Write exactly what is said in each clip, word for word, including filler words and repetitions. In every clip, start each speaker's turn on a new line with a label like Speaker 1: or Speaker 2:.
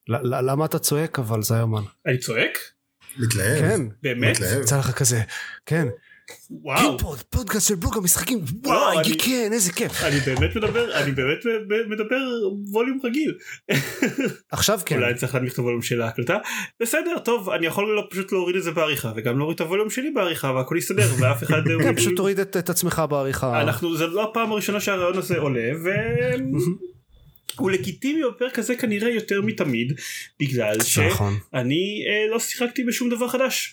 Speaker 1: למה אתה צועק אבל זיירמן?
Speaker 2: אני צועק?
Speaker 3: מתלהב.
Speaker 1: כן.
Speaker 2: באמת?
Speaker 1: יצא לך כזה, כן.
Speaker 2: וואו.
Speaker 1: קיפוד, פודקאסט של בלוג המשחקים, וואי, כן, איזה כיף.
Speaker 2: אני באמת מדבר, אני באמת מדבר ווליום רגיל.
Speaker 1: עכשיו כן.
Speaker 2: אולי צריך להנמיך את הווליום של ההקלטה. בסדר, טוב, אני יכול פשוט להוריד את זה בעריכה, וגם להוריד את הווליום שלי בעריכה, והכל יסתדר, ואף אחד...
Speaker 1: כן, פשוט תוריד את עצמך בעריכה.
Speaker 2: אנחנו, זה לא הפעם הראשונה שהרעיון הזה עולה, ו... הוא לגיטימי בפרק הזה כנראה יותר מתמיד, בגלל שאני לא שיחקתי בשום דבר חדש.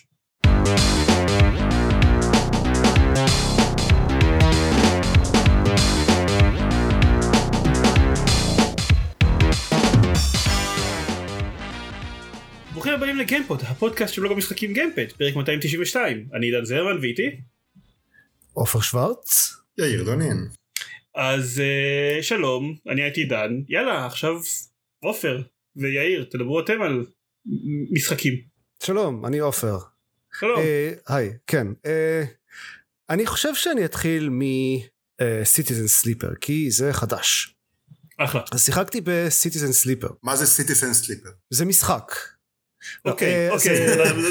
Speaker 2: ברוכים הבאים לגיימפוד, הפודקאסט של בלוג המשחקים גיימפד, פרק מאתיים תשעים ושתיים. אני עידן זרמן ואיתי
Speaker 1: עופר שוורץ,
Speaker 3: יאיר דונין.
Speaker 2: אז uh, שלום, אני הייתי עידן. יאללה, עכשיו עופר ויאיר תדברו אתם על משחקים.
Speaker 1: שלום, אני עופר.
Speaker 2: שלום.
Speaker 1: היי, כן. אני חושב שאני אתחיל מ-Citizen Sleeper, כי זה חדש.
Speaker 2: אחלה.
Speaker 1: אז שיחקתי ב-Citizen Sleeper.
Speaker 3: מה זה Citizen Sleeper?
Speaker 1: זה משחק.
Speaker 2: אוקיי, אוקיי.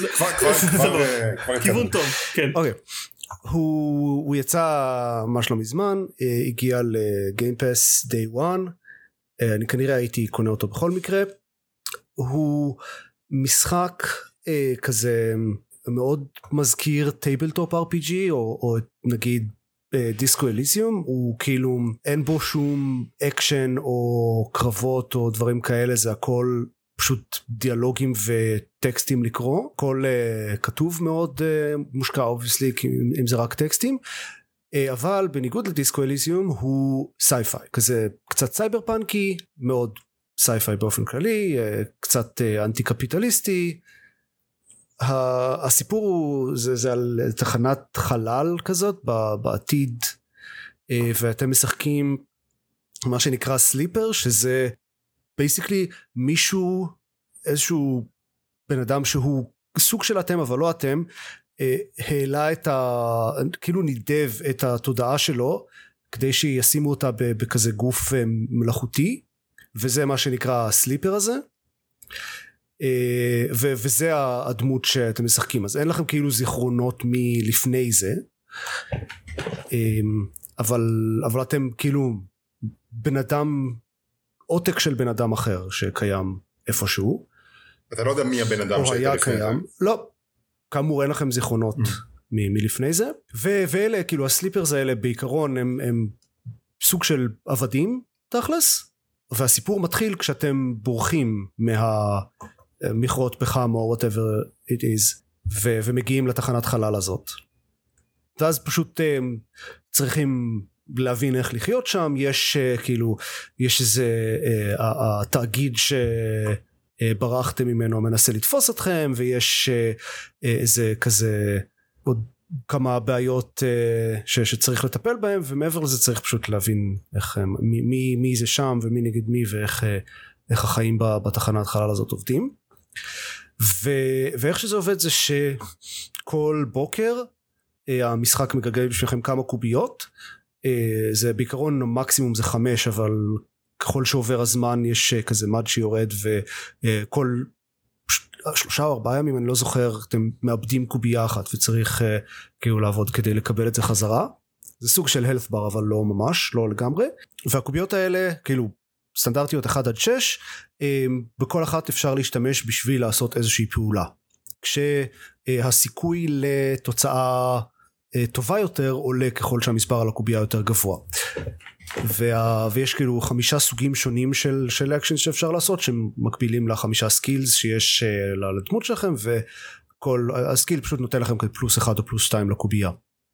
Speaker 2: כיוון טוב, כן.
Speaker 1: אוקיי. הוא יצא ממש לא מזמן, הגיע לגיימפס Day One, אני כנראה הייתי קונה אותו בכל מקרה. הוא משחק כזה מאוד מזכיר טייבלטופ אר פי ג'י, או, או נגיד דיסקו אליזיום. הוא כאילו אין בו שום אקשן או קרבות או דברים כאלה, זה הכל פשוט דיאלוגים וטקסטים לקרוא, הכל uh, כתוב מאוד uh, מושקע אובייסלי אם זה רק טקסטים, uh, אבל בניגוד לדיסקו אליזיום הוא סייפיי, כזה קצת סייבר פאנקי, מאוד סייפיי באופן כללי, uh, קצת uh, אנטי קפיטליסטי. הסיפור הוא זה, זה על תחנת חלל כזאת בעתיד, uh, ואתם משחקים מה שנקרא סליפר, שזה basically מישהו, איזשהו בן אדם שהוא סוג של אתם אבל לא אתם, העלה את ה... כאילו נידב את התודעה שלו כדי שישימו אותה בכזה גוף מלאכותי, וזה מה שנקרא הסליפר הזה, ו- וזה הדמות שאתם משחקים. אז אין לכם כאילו זיכרונות מלפני זה, אבל, אבל אתם כאילו בן אדם, עותק של בן אדם אחר שקיים איפשהו.
Speaker 3: אתה לא יודע מי הבן אדם שהייתה לפני זה?
Speaker 1: לא, כאמור אין לכם זיכרונות מ- מלפני זה, ו- ואלה כאילו הסליפרס האלה בעיקרון הם, הם סוג של עבדים תכלס, והסיפור מתחיל כשאתם בורחים מהמכרות פחם או whatever it is, ו- ומגיעים לתחנת חלל הזאת, ואז פשוט um, צריכים להבין איך לחיות שם. יש כאילו יש איזה uh, התאגיד שברחתם ממנו מנסה לתפוס אתכם, ויש uh, איזה כזה עוד כמה בעיות uh, ש, שצריך לטפל בהם, ומעבר לזה צריך פשוט להבין איך מי, מי, מי זה שם ומי נגד מי, ואיך איך החיים בתחנת חלל הזאת עובדים. ו, ואיך שזה עובד זה שכל בוקר uh, המשחק מגלגל בשבילכם כמה קוביות. זה בעיקרון מקסימום זה חמש, אבל ככל שעובר הזמן יש כזה מד שיורד, וכל שלושה או ארבעה ימים אני לא זוכר אתם מאבדים קובייה אחת וצריך כאילו לעבוד כדי לקבל את זה חזרה. זה סוג של health bar אבל לא ממש, לא לגמרי. והקוביות האלה כאילו סטנדרטיות אחת עד שש, בכל אחת אפשר להשתמש בשביל לעשות איזושהי פעולה, כשהסיכוי לתוצאה טובה יותר עולה ככל שהמספר על הקובייה יותר גבוה. וה... ויש כאילו חמישה סוגים שונים של, של אקשן שאפשר לעשות, שמקבילים לחמישה סקילס שיש uh, לדמות שלכם, וכל הסקיל פשוט נותן לכם פלוס אחד או פלוס שתיים לקובייה.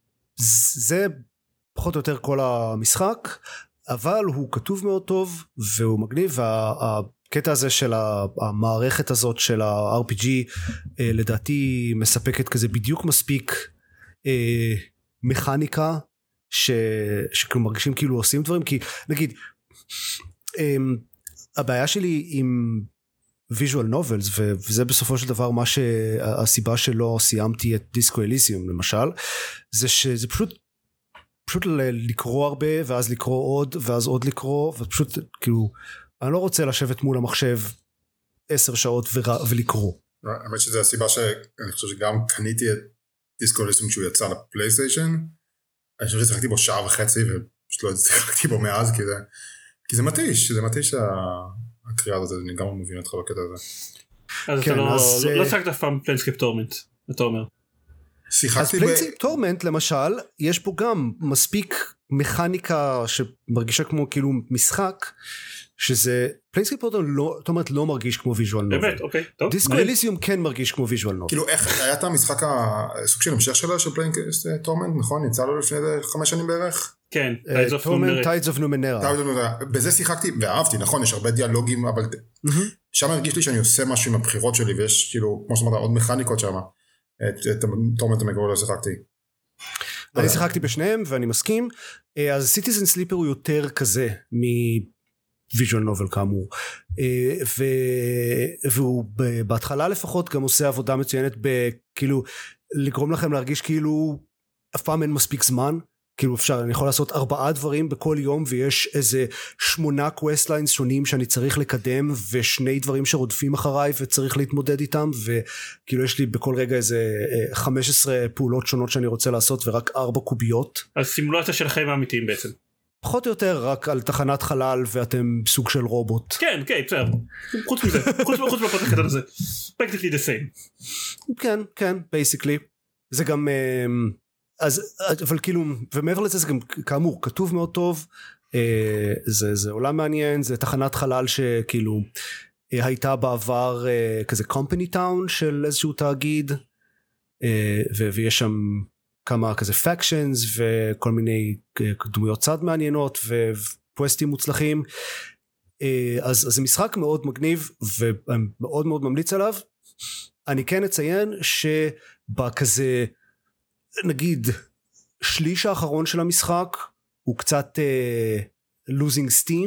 Speaker 1: זה פחות או יותר כל המשחק, אבל הוא כתוב מאוד טוב והוא מגניב. והקטע הזה של המערכת הזאת של ה-אר פי ג'י לדעתי מספקת כזה בדיוק מספיק אה, מכניקה ש... שכאילו מרגישים כאילו עושים דברים. כי נגיד אה, הבעיה שלי עם ויז'ואל נובלס, וזה בסופו של דבר מה שהסיבה שלא סיימתי את דיסקו אליזיום למשל, זה שזה פשוט פשוט לקרוא הרבה ואז לקרוא עוד ואז עוד לקרוא, ופשוט כאילו אני לא רוצה לשבת מול המחשב עשר שעות ולקרוא.
Speaker 3: האמת שזה הסיבה שאני חושב שגם קניתי את דיסקו אליסיום כשהוא יצא לפלייסטיישן, אני חושב ששיחקתי בו שעה וחצי ופשוט לא שיחקתי בו מאז, כי זה, כי זה מתיש, זה מתיש הקריאה הזאת, אני גם מבין אותך בקטע הזה.
Speaker 2: אז אתה לא שיחקת אף פעם פליינסקייפ טורמנט, אתה אומר.
Speaker 1: אז פליינסקייפ טורמנט למשל, יש פה גם מספיק מכניקה שמרגישה כמו כאילו משחק, שזה פליינסקייפ טורמנט לא מרגיש כמו ויז'ואל נובל.
Speaker 2: באמת, אוקיי, טוב.
Speaker 1: דיסקו אליסיום כן מרגיש כמו ויז'ואל נובל.
Speaker 3: כאילו איך, היה את המשחק הסוג של המשך שלה של פליינסקייפ טורמנט, נכון? יצא לו לפני חמש שנים בערך?
Speaker 2: כן,
Speaker 1: טיידס אוף נומנרה.
Speaker 3: בזה שיחקתי ואהבתי, נכון, יש הרבה דיאלוגים, אבל שם הרגיש לי שאני עושה משהו עם הבחירות שלי, ויש כאילו, כמו שאמרת, עוד מכניקות שם. את טורמנט המקורי לא שיחקתי.
Speaker 1: אני שיחקתי בשניהם ואני מסכים. אז סיטיזן סליפר הוא יותר כזה מוויז'ואל נובל כאמור, והוא בהתחלה לפחות גם עושה עבודה מצוינת בכאילו לגרום לכם להרגיש כאילו אף פעם אין מספיק זמן, כאילו אפשר, אני יכול לעשות ארבעה דברים בכל יום ויש איזה שמונה קווסט ליינס שונים שאני צריך לקדם ושני דברים שרודפים אחריי וצריך להתמודד איתם, וכאילו יש לי בכל רגע איזה חמש עשרה פעולות שונות שאני רוצה לעשות ורק ארבע קוביות.
Speaker 2: אז סימולציה של החיים האמיתיים בעצם.
Speaker 1: פחות או יותר רק על תחנת חלל ואתם סוג של רובוט.
Speaker 2: כן, כן, בסדר. חוץ מזה, חוץ מהפרט הקטן הזה. practically the same.
Speaker 1: כן, כן, basically. זה גם... אז, אבל כאילו, ומעבר לזה זה גם כאמור כתוב מאוד טוב, אה, זה, זה עולם מעניין, זה תחנת חלל שכאילו אה, הייתה בעבר אה, כזה company town של איזשהו תאגיד, אה, ו, ויש שם כמה כזה factions וכל מיני דמויות צד מעניינות ופווסטים מוצלחים, אה, אז, אז זה משחק מאוד מגניב ואני מאוד מאוד ממליץ עליו. אני כן אציין שבכזה נגיד שליש האחרון של המשחק הוא קצת uh, losing steam,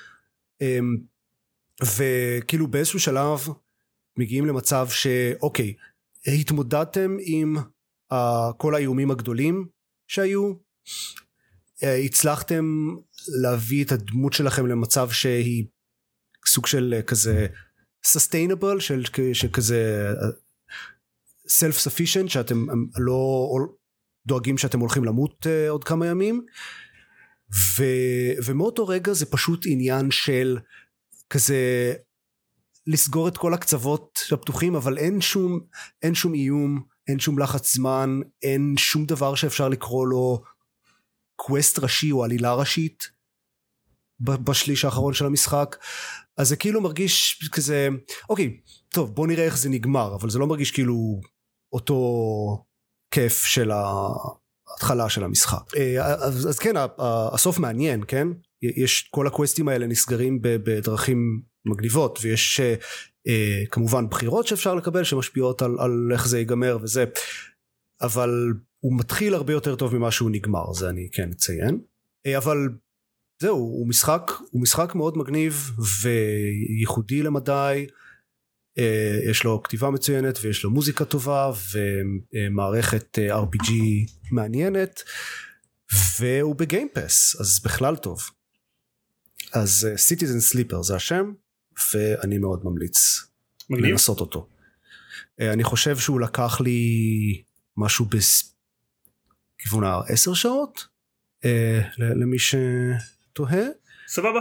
Speaker 1: um, וכאילו באיזשהו שלב מגיעים למצב שאוקיי, התמודדתם עם uh, כל האיומים הגדולים שהיו, uh, הצלחתם להביא את הדמות שלכם למצב שהיא סוג של uh, כזה sustainable, של, של כזה uh, self sufficient, שאתם לא דואגים שאתם הולכים למות uh, עוד כמה ימים, ו, ומאותו רגע זה פשוט עניין של כזה לסגור את כל הקצוות הפתוחים, אבל אין שום, אין שום איום, אין שום לחץ זמן, אין שום דבר שאפשר לקרוא לו קווסט ראשי או עלילה ראשית בשליש האחרון של המשחק. אז זה כאילו מרגיש כזה, אוקיי, טוב, בוא נראה איך זה נגמר, אבל זה לא מרגיש כאילו אותו כיף של ההתחלה של המשחק. אז, אז כן, הסוף מעניין, כן? יש, כל הקווסטים האלה נסגרים בדרכים מגניבות, ויש כמובן בחירות שאפשר לקבל שמשפיעות על, על איך זה ייגמר וזה, אבל הוא מתחיל הרבה יותר טוב ממה שהוא נגמר, זה אני כן אציין. אבל זהו, הוא משחק, הוא משחק מאוד מגניב וייחודי למדי, יש לו כתיבה מצוינת ויש לו מוזיקה טובה ומערכת אר פי ג'י מעניינת, והוא בגיימפס, אז בכלל טוב. אז Citizen Sleeper זה השם, ואני מאוד ממליץ מגניב. לנסות אותו. אני חושב שהוא לקח לי משהו בכיוון עשר שעות, למי שתוהה.
Speaker 2: סבבה.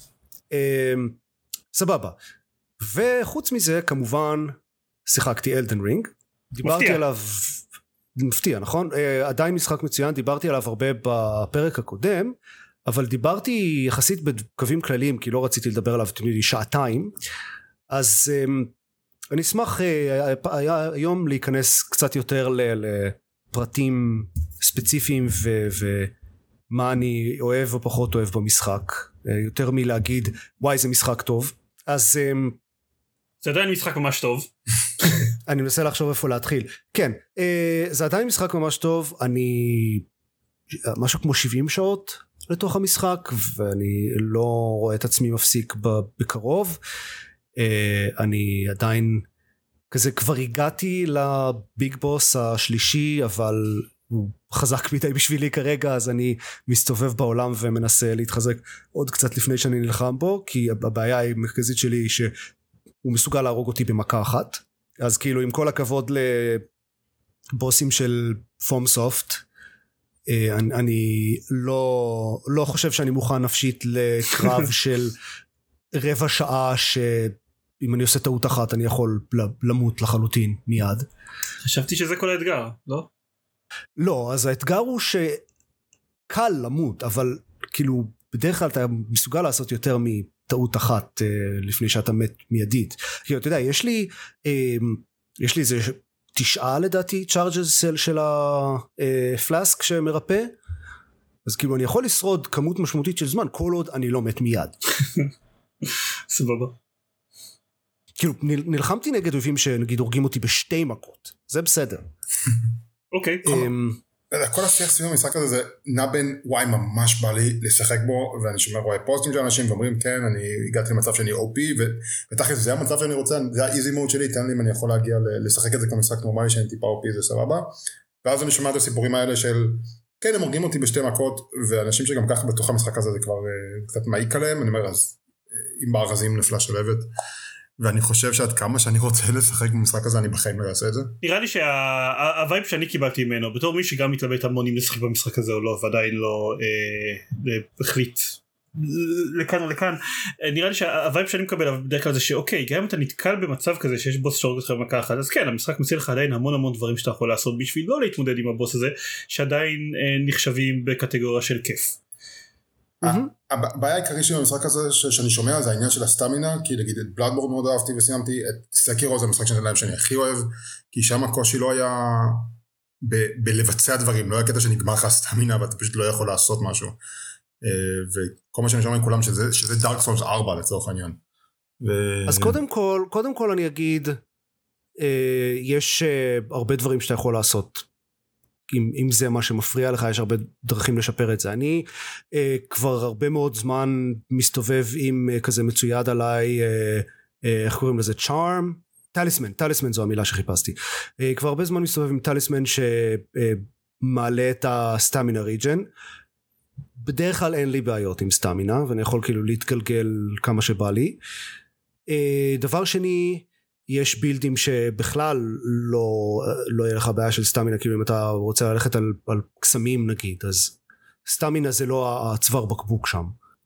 Speaker 1: סבבה. וחוץ מזה כמובן שיחקתי אלדן רינג, דיברתי מפתיע. עליו, מפתיע נכון? עדיין משחק מצוין, דיברתי עליו הרבה בפרק הקודם, אבל דיברתי יחסית בקווים כלליים, כי לא רציתי לדבר עליו שעתיים, אז אני אשמח היום להיכנס קצת יותר לפרטים ספציפיים ומה אני אוהב או פחות אוהב במשחק, יותר מלהגיד וואי זה משחק טוב. אז
Speaker 2: זה עדיין משחק ממש טוב.
Speaker 1: אני מנסה לחשוב איפה להתחיל. כן, זה עדיין משחק ממש טוב, אני משהו כמו שבעים שעות לתוך המשחק, ואני לא רואה את עצמי מפסיק בקרוב. אני עדיין כזה כבר הגעתי לביג בוס השלישי, אבל הוא חזק מדי בשבילי כרגע, אז אני מסתובב בעולם ומנסה להתחזק עוד קצת לפני שאני נלחם בו, כי הבעיה המרכזית שלי היא הוא מסוגל להרוג אותי במכה אחת, אז כאילו עם כל הכבוד לבוסים של פום סופט, אני, אני לא, לא חושב שאני מוכן נפשית לקרב של רבע שעה שאם אני עושה טעות אחת אני יכול למות לחלוטין מיד.
Speaker 2: חשבתי שזה כל האתגר, לא?
Speaker 1: לא, אז האתגר הוא שקל למות, אבל כאילו בדרך כלל אתה מסוגל לעשות יותר מטעות אחת לפני שאתה מת מיידית. כי אתה יודע, יש לי, יש לי איזה תשעה לדעתי צ'ארג'ס של הפלאסק שמרפא, אז כאילו אני יכול לשרוד כמות משמעותית של זמן כל עוד אני לא מת מיד.
Speaker 2: סבבה.
Speaker 1: כאילו נלחמתי נגד אויבים שנגיד הורגים אותי בשתי מכות, זה בסדר.
Speaker 2: אוקיי.
Speaker 3: כל השיח סביב המשחק הזה זה נע בין וואי ממש בא לי לשחק בו, ואני שומע רואה פוסטים של אנשים ואומרים כן אני הגעתי למצב שאני או פי, ובטח זה המצב שאני רוצה, זה האיזי מוד שלי, תן לי אם אני יכול להגיע לשחק את זה כמו משחק נורמלי שאני טיפה או פי, זה סבבה. ואז אני שומע את הסיפורים האלה של כן הם הורגים אותי בשתי מכות, ואנשים שגם ככה בתוך המשחק הזה זה כבר קצת מעיק עליהם, אני אומר אז אם בארזים נפלה שלבת, ואני חושב שעד כמה שאני רוצה לשחק במשחק הזה, אני בחיים לא אעשה את זה.
Speaker 2: נראה לי שהווייב שאני קיבלתי ממנו, בתור מי שגם מתלבט המון אם לשחק במשחק הזה או לא, ועדיין לא החליט לכאן או לכאן, נראה לי שהווייב שאני מקבל אבל בדרך כלל זה שאוקיי, גם אם אתה נתקל במצב כזה שיש בוס שהורג אותך במכה אחת, אז כן, המשחק מציע לך עדיין המון המון דברים שאתה יכול לעשות בשביל לא להתמודד עם הבוס הזה, שעדיין נחשבים בקטגוריה של כיף.
Speaker 3: הבעיה העיקרית שלי במשחק הזה שאני שומע זה העניין של הסטמינה, כי נגיד את בלאדבורד מאוד אהבתי וסיימתי, את סקירו זה המשחק שלהם שאני הכי אוהב, כי שם הקושי לא היה בלבצע דברים, לא היה קטע שנגמר לך הסטמינה ואתה פשוט לא יכול לעשות משהו, וכל מה שאני שומע מכולם שזה דארק סולס ארבע לצורך העניין.
Speaker 1: אז קודם כל, קודם כל אני אגיד, יש הרבה דברים שאתה יכול לעשות, אם, אם זה מה שמפריע לך, יש הרבה דרכים לשפר את זה. אני אה, כבר הרבה מאוד זמן מסתובב עם אה, כזה מצויד עליי, אה, אה, איך קוראים לזה? צ'ארם? טליסמן, טליסמן זו המילה שחיפשתי. אה, כבר הרבה זמן מסתובב עם טליסמן שמעלה אה, את הסטמינה ריג'ן. בדרך כלל אין לי בעיות עם סטמינה, ואני יכול כאילו להתגלגל כמה שבא לי. אה, דבר שני, יש בילדים שבכלל לא, לא יהיה לך בעיה של סטמינה, כאילו אם אתה רוצה ללכת על, על קסמים נגיד, אז סטמינה זה לא הצוואר בקבוק שם.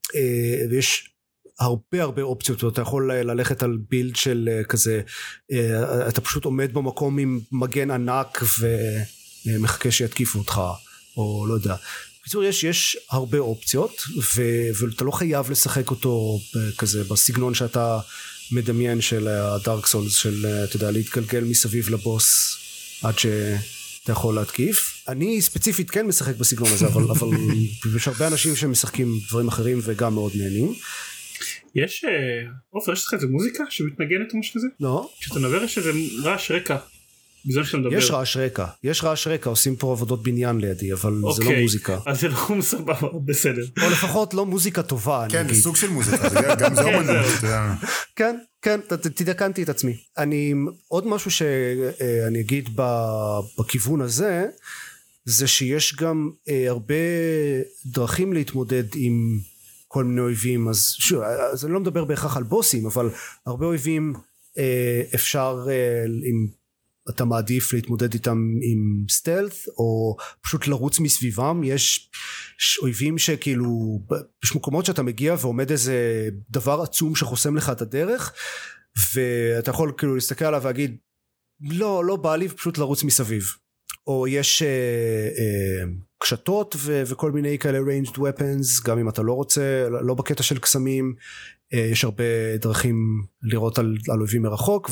Speaker 1: ויש הרבה הרבה אופציות, אתה יכול ללכת על בילד של כזה, אתה פשוט עומד במקום עם מגן ענק ומחכה שיתקיפו אותך, או לא יודע. בקיצור, יש, יש הרבה אופציות, ו, ואתה לא חייב לשחק אותו כזה בסגנון שאתה מדמיין של הדארק סולס, של אתה יודע, להתגלגל מסביב לבוס עד שאתה יכול להתקיף. אני ספציפית כן משחק בסגנון הזה, אבל, אבל יש הרבה אנשים שמשחקים דברים אחרים וגם מאוד נהנים.
Speaker 2: יש, אופר, יש לך איזה מוזיקה שמתנגנת או משהו כזה?
Speaker 1: לא.
Speaker 2: כשאתה מדבר יש איזה רעש רקע.
Speaker 1: יש רעש רקע, יש רעש רקע, עושים פה עבודות בניין לידי, אבל זה לא מוזיקה.
Speaker 2: אז זה לא סבבה, בסדר.
Speaker 1: או לפחות לא מוזיקה טובה.
Speaker 3: כן, זה סוג של מוזיקה, גם זה אומנות.
Speaker 1: כן, כן, תדקנתי את עצמי. אני, עוד משהו שאני אגיד בכיוון הזה, זה שיש גם הרבה דרכים להתמודד עם כל מיני אויבים, אז שוב, אז אני לא מדבר בהכרח על בוסים, אבל הרבה אויבים אפשר עם אתה מעדיף להתמודד איתם עם סטלת או פשוט לרוץ מסביבם. יש אויבים שכאילו יש מקומות שאתה מגיע ועומד איזה דבר עצום שחוסם לך את הדרך ואתה יכול כאילו להסתכל עליו ולהגיד לא לא בא לי פשוט לרוץ מסביב. או יש אה, אה, קשתות ו- וכל מיני כאלה ranged weapons, גם אם אתה לא רוצה, לא בקטע של קסמים, אה, יש הרבה דרכים לראות על, על אויבים מרחוק,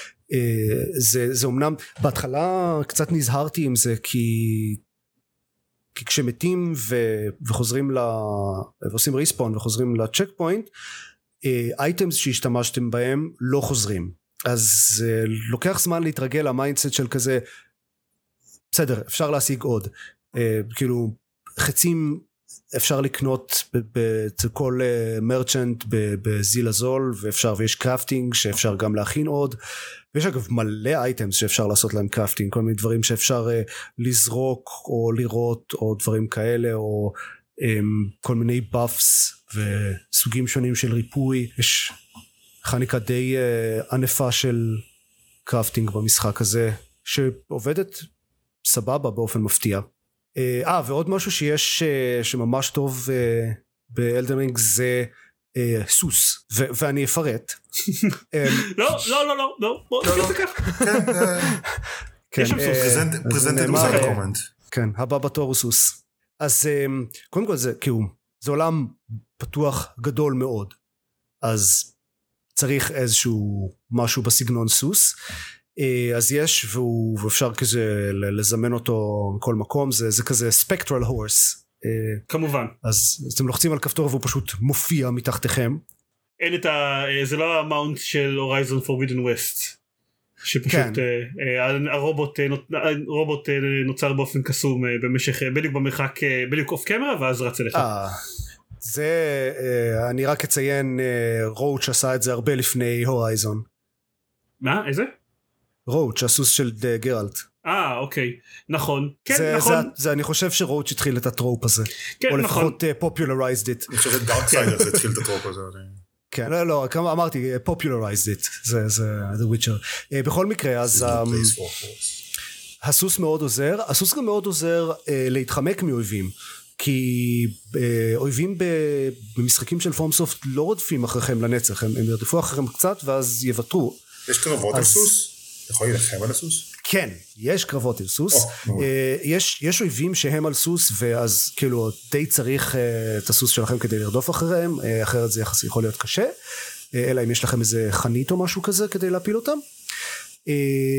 Speaker 1: וזה זה אומנם, בהתחלה קצת נזהרתי עם זה, כי, כי כשמתים ו- וחוזרים ל... ועושים ריספון וחוזרים לצ'ק פוינט, אייטמס שהשתמשתם בהם לא חוזרים. אז אה, לוקח זמן להתרגל למיינדסט של כזה, בסדר, אפשר להשיג עוד, uh, כאילו חצים אפשר לקנות אצל כל מרצ'נט בזיל הזול, ואפשר, ויש קראפטינג שאפשר גם להכין עוד, ויש אגב מלא אייטמס שאפשר לעשות להם קראפטינג, כל מיני דברים שאפשר uh, לזרוק או לראות או דברים כאלה, או um, כל מיני באפס וסוגים שונים של ריפוי. יש מכניקה די uh, ענפה של קראפטינג במשחק הזה, שעובדת סבבה באופן מפתיע. אה, ועוד משהו שיש uh, שממש טוב uh, באלדן רינג זה uh, סוס, ו- ואני אפרט.
Speaker 2: לא, לא, לא, לא, לא, בוא נגיד את זה ככה. יש שם סוס.
Speaker 3: פרזנטד וזה קומנט.
Speaker 1: כן, הבא בתור הוא סוס. אז קודם כל זה, כאילו, זה עולם פתוח גדול מאוד, אז צריך איזשהו משהו בסגנון סוס, אז יש, והוא, ואפשר כזה לזמן אותו מכל מקום, זה, זה כזה ספקטרל הורס.
Speaker 2: כמובן.
Speaker 1: אז אתם לוחצים על כפתור והוא פשוט מופיע מתחתיכם.
Speaker 2: אין את ה... זה לא המאונט של הורייזון פורבידן ווסט. שפשוט כן. uh, הרובוט, הרובוט uh, נוצר באופן קסום uh, במשך, uh, בדיוק במרחק, uh, בדיוק אוף קמרה ואז רץ אליך.
Speaker 1: אה, זה, uh, אני רק אציין, uh, רואוץ' עשה את זה הרבה לפני הורייזון.
Speaker 2: מה? איזה?
Speaker 1: רואוץ', הסוס של גרלט.
Speaker 2: אה, אוקיי, נכון. כן,
Speaker 1: זה,
Speaker 2: נכון.
Speaker 1: זה, זה, אני חושב שרואוץ' התחיל את הטרופ הזה. כן, או
Speaker 2: נכון.
Speaker 1: לפחות uh, popularized it.
Speaker 3: אני חושב שדארקסיידר זה התחיל את הטרופ הזה.
Speaker 1: כן, לא, לא, כמו אמרתי, popularized it, זה, זה, The Witcher. Uh, בכל מקרה, אז um, הסוס מאוד עוזר, הסוס גם מאוד עוזר uh, להתחמק מאויבים, כי uh, אויבים ב, במשחקים של פורמסופט לא רודפים אחריכם לנצח, הם, הם ירדפו אחריכם קצת ואז יוותרו.
Speaker 3: יש קרבות אז... על סוס? אתה יכול להילחם על הסוס?
Speaker 1: כן, יש קרבות על סוס, oh, uh, יש, יש אויבים שהם על סוס, ואז כאילו די צריך uh, את הסוס שלכם כדי לרדוף אחריהם, uh, אחרת זה יחס, יכול להיות קשה, uh, אלא אם יש לכם איזה חנית או משהו כזה כדי להפיל אותם, uh,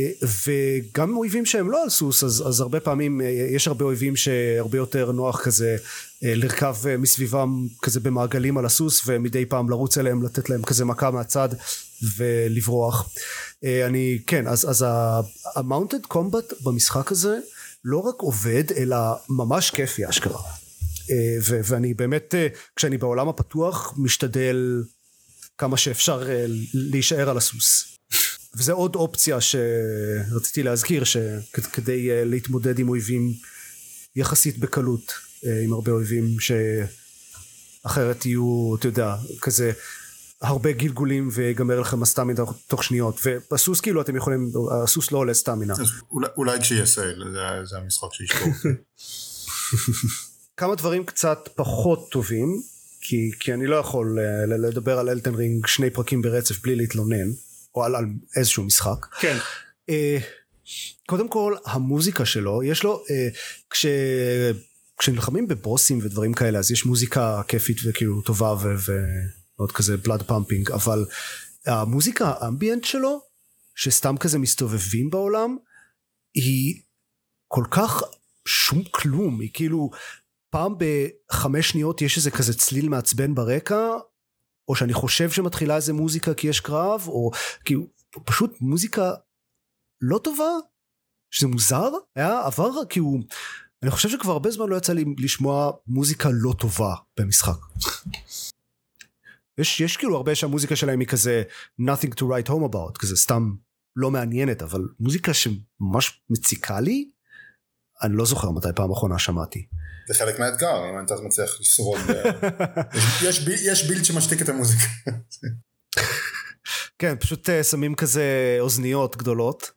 Speaker 1: וגם אויבים שהם לא על סוס, אז, אז הרבה פעמים uh, יש הרבה אויבים שהרבה יותר נוח כזה uh, לרכב uh, מסביבם כזה במעגלים על הסוס, ומדי פעם לרוץ אליהם, לתת להם כזה מכה מהצד ולברוח. אני, כן, אז, אז ה-mounted combat במשחק הזה לא רק עובד, אלא ממש כיפי אשכרה. ו- ואני באמת, כשאני בעולם הפתוח, משתדל כמה שאפשר להישאר על הסוס. וזה עוד אופציה שרציתי להזכיר, שכדי להתמודד עם אויבים יחסית בקלות, עם הרבה אויבים שאחרת יהיו, אתה יודע, כזה הרבה גלגולים ויגמר לכם הסטמינה תוך שניות, ובסוס כאילו אתם יכולים, הסוס לא עולה סטמינה.
Speaker 3: אולי, אולי כשיהיה סייל, זה, זה המשחק שישתור.
Speaker 1: כמה דברים קצת פחות טובים, כי, כי אני לא יכול לדבר על אלדן רינג שני פרקים ברצף בלי להתלונן, או על, על איזשהו משחק.
Speaker 2: כן.
Speaker 1: קודם כל, המוזיקה שלו, יש לו, כש... כשנלחמים בבוסים ודברים כאלה, אז יש מוזיקה כיפית וכאילו טובה ו... ו... עוד כזה בלאד פאמפינג, אבל המוזיקה האמביאנט שלו, שסתם כזה מסתובבים בעולם, היא כל כך שום כלום, היא כאילו פעם בחמש שניות יש איזה כזה צליל מעצבן ברקע, או שאני חושב שמתחילה איזה מוזיקה כי יש קרב, או כאילו פשוט מוזיקה לא טובה, שזה מוזר, היה עבר כאילו, אני חושב שכבר הרבה זמן לא יצא לי לשמוע מוזיקה לא טובה במשחק. יש, יש כאילו הרבה שהמוזיקה שלהם היא כזה nothing to write home about, כזה סתם לא מעניינת, אבל מוזיקה שממש מציקה לי, אני לא זוכר מתי פעם אחרונה שמעתי.
Speaker 3: זה חלק מהאתגר, אם אתה מצליח לשרוד. יש, יש בילד שמשתיק את המוזיקה.
Speaker 1: כן, פשוט שמים כזה אוזניות גדולות.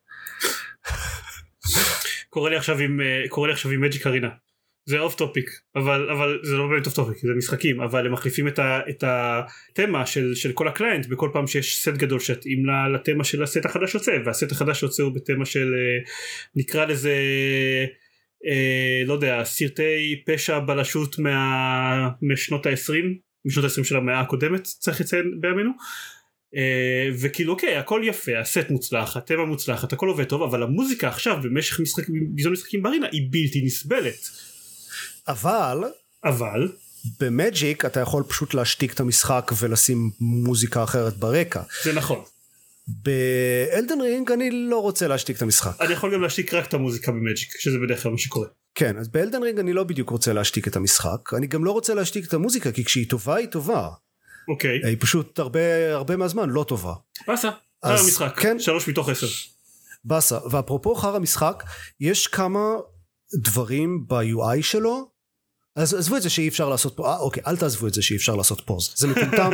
Speaker 2: קורא לי עכשיו עם, קורא לי עכשיו עם מג'יק ארינה. זה אוף טופיק, אבל, אבל זה לא באמת אוף טופיק, זה משחקים, אבל הם מחליפים את, ה, את התמה של, של כל הקליינט, בכל פעם שיש סט גדול שיתאים לתמה של הסט החדש יוצא, והסט החדש יוצא הוא בתמה של, נקרא לזה, אה, לא יודע, סרטי פשע בלשות מה, משנות ה-עשרים, משנות ה-עשרים של המאה הקודמת, צריך לציין בימינו, אה, וכאילו אוקיי, הכל יפה, הסט מוצלח, התמה מוצלחת, הכל עובד טוב, אבל המוזיקה עכשיו במשך משחק, ביזון משחקים בארינה היא בלתי נסבלת.
Speaker 1: אבל,
Speaker 2: אבל,
Speaker 1: במג'יק אתה יכול פשוט להשתיק את המשחק ולשים מוזיקה אחרת ברקע.
Speaker 2: זה נכון.
Speaker 1: באלדן רינג אני לא רוצה להשתיק את המשחק.
Speaker 2: אני יכול גם להשתיק רק את המוזיקה במג'יק, שזה בדרך כלל מה שקורה.
Speaker 1: כן, אז באלדן רינג אני לא בדיוק רוצה להשתיק את המשחק, אני גם לא רוצה להשתיק את המוזיקה, כי כשהיא טובה היא טובה.
Speaker 2: אוקיי.
Speaker 1: היא פשוט הרבה, הרבה מהזמן לא טובה.
Speaker 2: בסה, חר המשחק, כן? שלוש מתוך עשר.
Speaker 1: בסה, ואפרופו חר המשחק, יש כמה דברים ב-יו איי שלו, אז עזבו את זה שאי אפשר לעשות פה, אה, אוקיי, אל תעזבו את זה שאי אפשר לעשות פוז, זה מטומטם,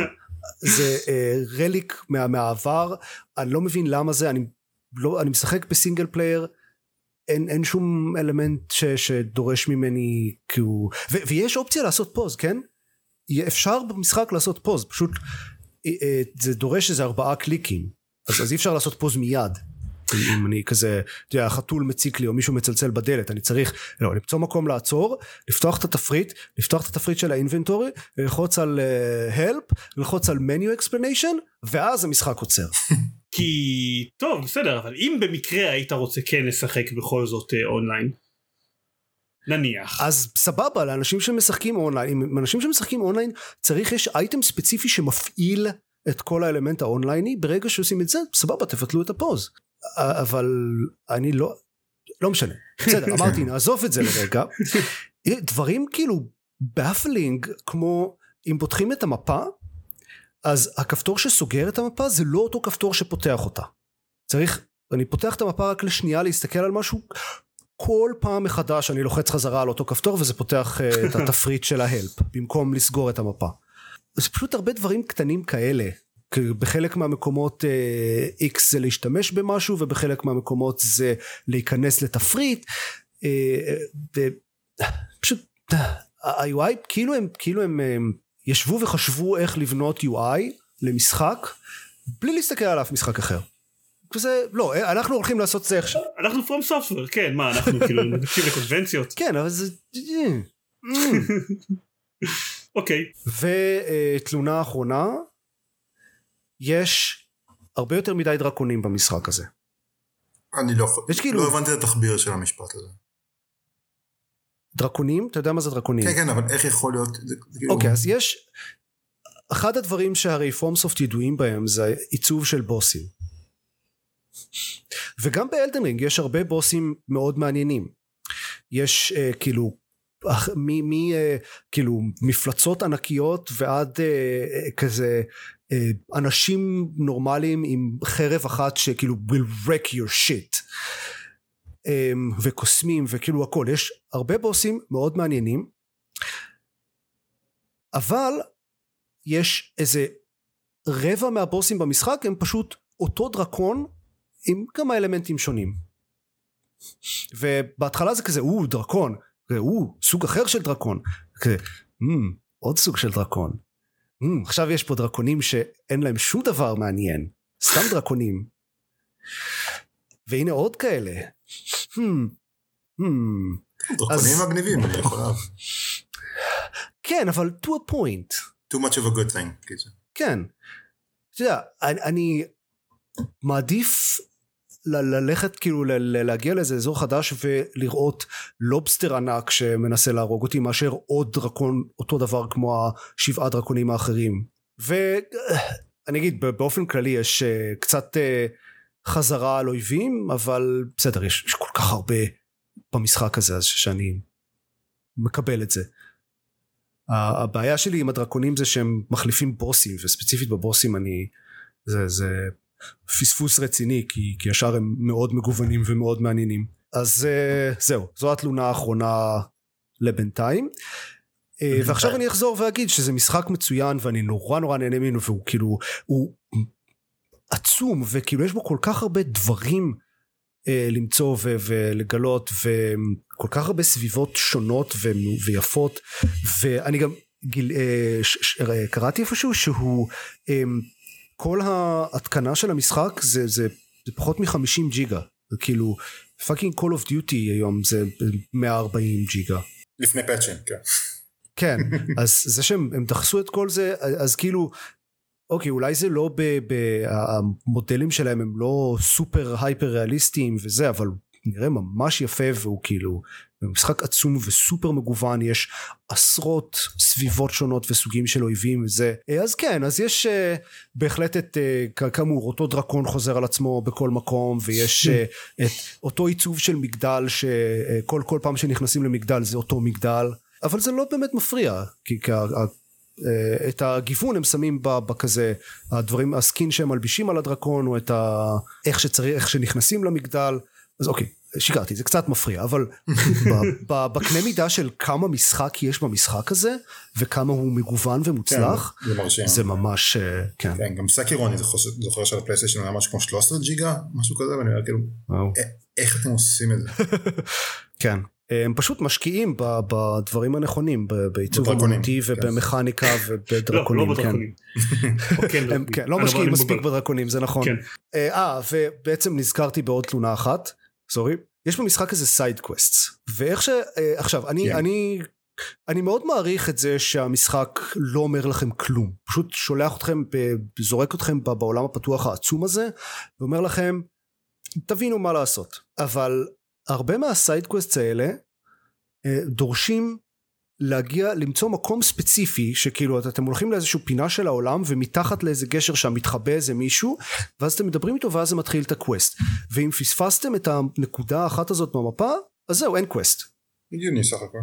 Speaker 1: זה רליק מה, מהעבר, אני לא מבין למה זה, אני, לא, אני משחק בסינגל פלייר, אין, אין שום אלמנט ש, שדורש ממני, כאילו, ו, ויש אופציה לעשות פוז, כן? אפשר במשחק לעשות פוז, פשוט זה דורש איזה ארבעה קליקים, אז, אז אי אפשר לעשות פוז מיד, אם אני כזה, אתה יודע, החתול מציק לי או מישהו מצלצל בדלת, אני צריך לא, למצוא מקום לעצור, לפתוח את התפריט, לפתוח את התפריט של האינבנטורי, ללחוץ על uh, help, ללחוץ על menu explanation, ואז המשחק עוצר.
Speaker 2: כי, טוב, בסדר, אבל אם במקרה היית רוצה כן לשחק בכל זאת אונליין, נניח.
Speaker 1: אז סבבה, לאנשים שמשחקים אונליין, אם אנשים שמשחקים אונליין, צריך, יש אייטם ספציפי שמפעיל את כל האלמנט האונלייני, ברגע שעושים את זה, סבבה, תבטלו את הפוז. אבל אני לא, לא משנה. בסדר, אמרתי, נעזוב את זה לרגע. דברים כאילו באפלינג, כמו אם פותחים את המפה, אז הכפתור שסוגר את המפה, זה לא אותו כפתור שפותח אותה. צריך, אני פותח את המפה רק לשנייה להסתכל על משהו, כל פעם מחדש אני לוחץ חזרה על אותו כפתור, וזה פותח את התפריט של ההלפ, במקום לסגור את המפה. זה פשוט הרבה דברים קטנים כאלה, בחלק מהמקומות X זה להשתמש במשהו, ובחלק מהמקומות זה להיכנס לתפריט, ופשוט ה-יו איי, כאילו הם, כאילו הם ישבו וחשבו איך לבנות יו איי למשחק, בלי להסתכל על אף משחק אחר. כזה, לא, אנחנו הולכים לעשות זה עכשיו.
Speaker 2: אנחנו from software, כן, מה, אנחנו כאילו נקשיב לקונבנציות.
Speaker 1: כן, אבל זה...
Speaker 2: אוקיי.
Speaker 1: ותלונה האחרונה, יש הרבה יותר מדי דרקונים במשחק הזה.
Speaker 3: אני לא, לא הבנתי את התחביר של המשפט הזה.
Speaker 1: דרקונים? אתה יודע מה זה דרקונים?
Speaker 3: כן, כן, אבל איך יכול להיות...
Speaker 1: אוקיי, אז יש... אחד הדברים שהרי פורמסופט ידועים בהם, זה עיצוב של בוסים. וגם באלדן רינג יש הרבה בוסים מאוד מעניינים. יש uh, כאילו, מי, מי, uh, כאילו מפלצות ענקיות ועד uh, כזה uh, אנשים נורמליים עם חרב אחת שכאילו will wreck your shit. Um, וקוסמים וכאילו הכל. יש הרבה בוסים מאוד מעניינים. אבל יש איזה רבע מהבוסים במשחק הם פשוט אותו דרקון עם כמה אלמנטים שונים. ובהתחלה זה כזה, או, דרקון, או, סוג אחר של דרקון, כזה, mm, עוד סוג של דרקון. Mm, עכשיו יש פה דרקונים שאין להם שום דבר מעניין, סתם דרקונים. והנה עוד כאלה. Hmm, hmm.
Speaker 3: דרקונים אז... מגניבים, אני יכול להב.
Speaker 1: כן, אבל to a point.
Speaker 3: Too much of a good thing. כזה.
Speaker 1: כן. אתה יודע, אני... אני... מעדיף ללכת כאילו להגיע לאיזה אזור חדש ולראות לובסטר ענק שמנסה להרוג אותי מאשר עוד דרקון אותו דבר כמו השבעה דרקונים האחרים. ואני אגיד באופן כללי יש קצת חזרה על אויבים, אבל בסדר, יש, יש כל כך הרבה במשחק הזה אז שאני מקבל את זה. הבעיה שלי עם הדרקונים זה שהם מחליפים בוסים, וספציפית בבוסים אני זה זה פספוס רציני, כי, כי ישר הם מאוד מגוונים ומאוד מעניינים. אז זהו, זו התלונה האחרונה לבינתיים. ועכשיו אני אחזור ואגיד שזה משחק מצוין, ואני נורא נורא נהנה ממנו, והוא כאילו, הוא עצום, וכאילו יש בו כל כך הרבה דברים למצוא ו- ולגלות, וכל כך הרבה סביבות שונות ו- ויפות, ואני גם גיל, ש- ש- קראתי איפשהו שהוא... כל ההתקנה של המשחק זה, זה, זה פחות מ-חמישים ג'יגה, זה כאילו fucking Call of Duty היום זה מאה וארבעים ג'יגה.
Speaker 3: לפני פאצ'ים, כן.
Speaker 1: כן, אז זה שהם דחסו את כל זה, אז כאילו, אוקיי, אולי זה לא, ב, ב, המודלים שלהם הם לא סופר הייפר ריאליסטיים וזה, אבל נראה ממש יפה, והוא כאילו משחק עצום וסופר מגוון, יש עשרות סביבות שונות וסוגים של אויבים וזה. אז כן, אז יש uh, בהחלט את uh, כאמור אותו דרקון חוזר על עצמו בכל מקום, ויש uh, את אותו עיצוב של מגדל שכל כל פעם שנכנסים למגדל זה אותו מגדל, אבל זה לא באמת מפריע, כי כ- uh, את הגיוון הם שמים בכזה הדברים, הסקין שהם מלבישים על הדרקון, או את ה- איך שצריך, איך שנכנסים למגדל, אז אוקיי, שיקרתי, זה קצת מפריע, אבל בקנה מידה של כמה משחק יש במשחק הזה, וכמה הוא מגוון ומוצלח, זה ממש, כן.
Speaker 3: כן, גם סקירו, אני זוכר של הפלייסטיישן, היה משהו כמו שלושה עשר ג'יגה, משהו כזה, ואני אומר כאילו, איך אתם עושים את זה?
Speaker 1: כן. הם פשוט משקיעים בדברים הנכונים, בעיצוב אמנותי ובמכניקה ובדרקונים.
Speaker 2: לא, לא בדרקונים.
Speaker 1: לא משקיעים מספיק בדרקונים, זה נכון. אה, ובעצם נזכרתי בעוד תלונה אחת, סורי, יש במשחק הזה סייד קווסטס, ואיך ש... עכשיו, אני, אני, אני מאוד מעריך את זה שהמשחק לא אומר לכם כלום, פשוט שולח אתכם, זורק אתכם בעולם הפתוח העצום הזה, ואומר לכם, תבינו מה לעשות. אבל הרבה מהסייד קווסטס האלה דורשים להגיע, למצוא מקום ספציפי, שכאילו אתם הולכים לאיזשהו פינה של העולם, ומתחת לאיזה גשר שם מתחבא איזה מישהו, ואז אתם מדברים איתו, ואז זה מתחיל את הקווסט. ואם פספסתם את הנקודה האחת הזאת במפה, אז זהו, אין קווסט.
Speaker 3: הגיוני סך הכל.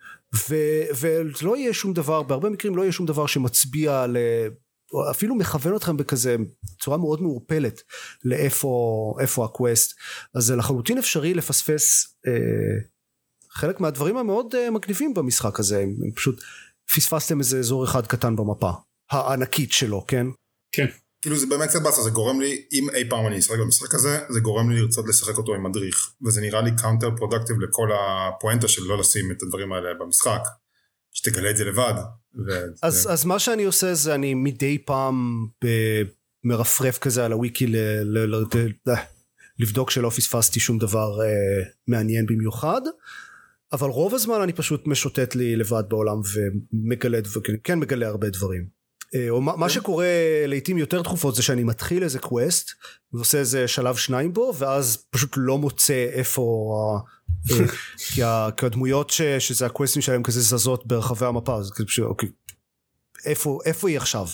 Speaker 1: ולא יהיה שום דבר, בהרבה מקרים לא יהיה שום דבר שמצביע ל... אפילו מכוון אתכם בכזה צורה מאוד מעורפלת לאיפה איפה הקווסט. אז זה לחלוטין אפשרי לפספס אה, חלק מהדברים המאוד אה, מגניבים במשחק הזה. הם, הם פשוט פספסתם איזה אזור אחד קטן במפה הענקית שלו, כן?
Speaker 3: כן. כאילו זה באמת קצת בעצה, זה גורם לי, אם אי פעם אני אשחק במשחק הזה, זה גורם לי לרצות לשחק אותו עם מדריך, וזה נראה לי קאונטר פרודקטיב לכל הפואנטה של לא לשים את הדברים האלה במשחק, שתגלה את זה לבד.
Speaker 1: אז, אז מה שאני עושה זה אני מדי פעם מרפרף כזה על הוויקי ל, ל, ל, ל, לבדוק שלא פספסתי שום דבר אה, מעניין במיוחד, אבל רוב הזמן אני פשוט משוטט לי לבד בעולם ומגלה, וכן מגלה הרבה דברים. אה, או מה, מה שקורה לעתים יותר תכופות זה שאני מתחיל איזה קווסט, ועושה איזה שלב שניים בו, ואז פשוט לא מוצא איפה... כי הדמויות שזה הקווסטים שלהם כזה זזות ברחבי המפה, אז אוקיי, איפה איפה היא עכשיו?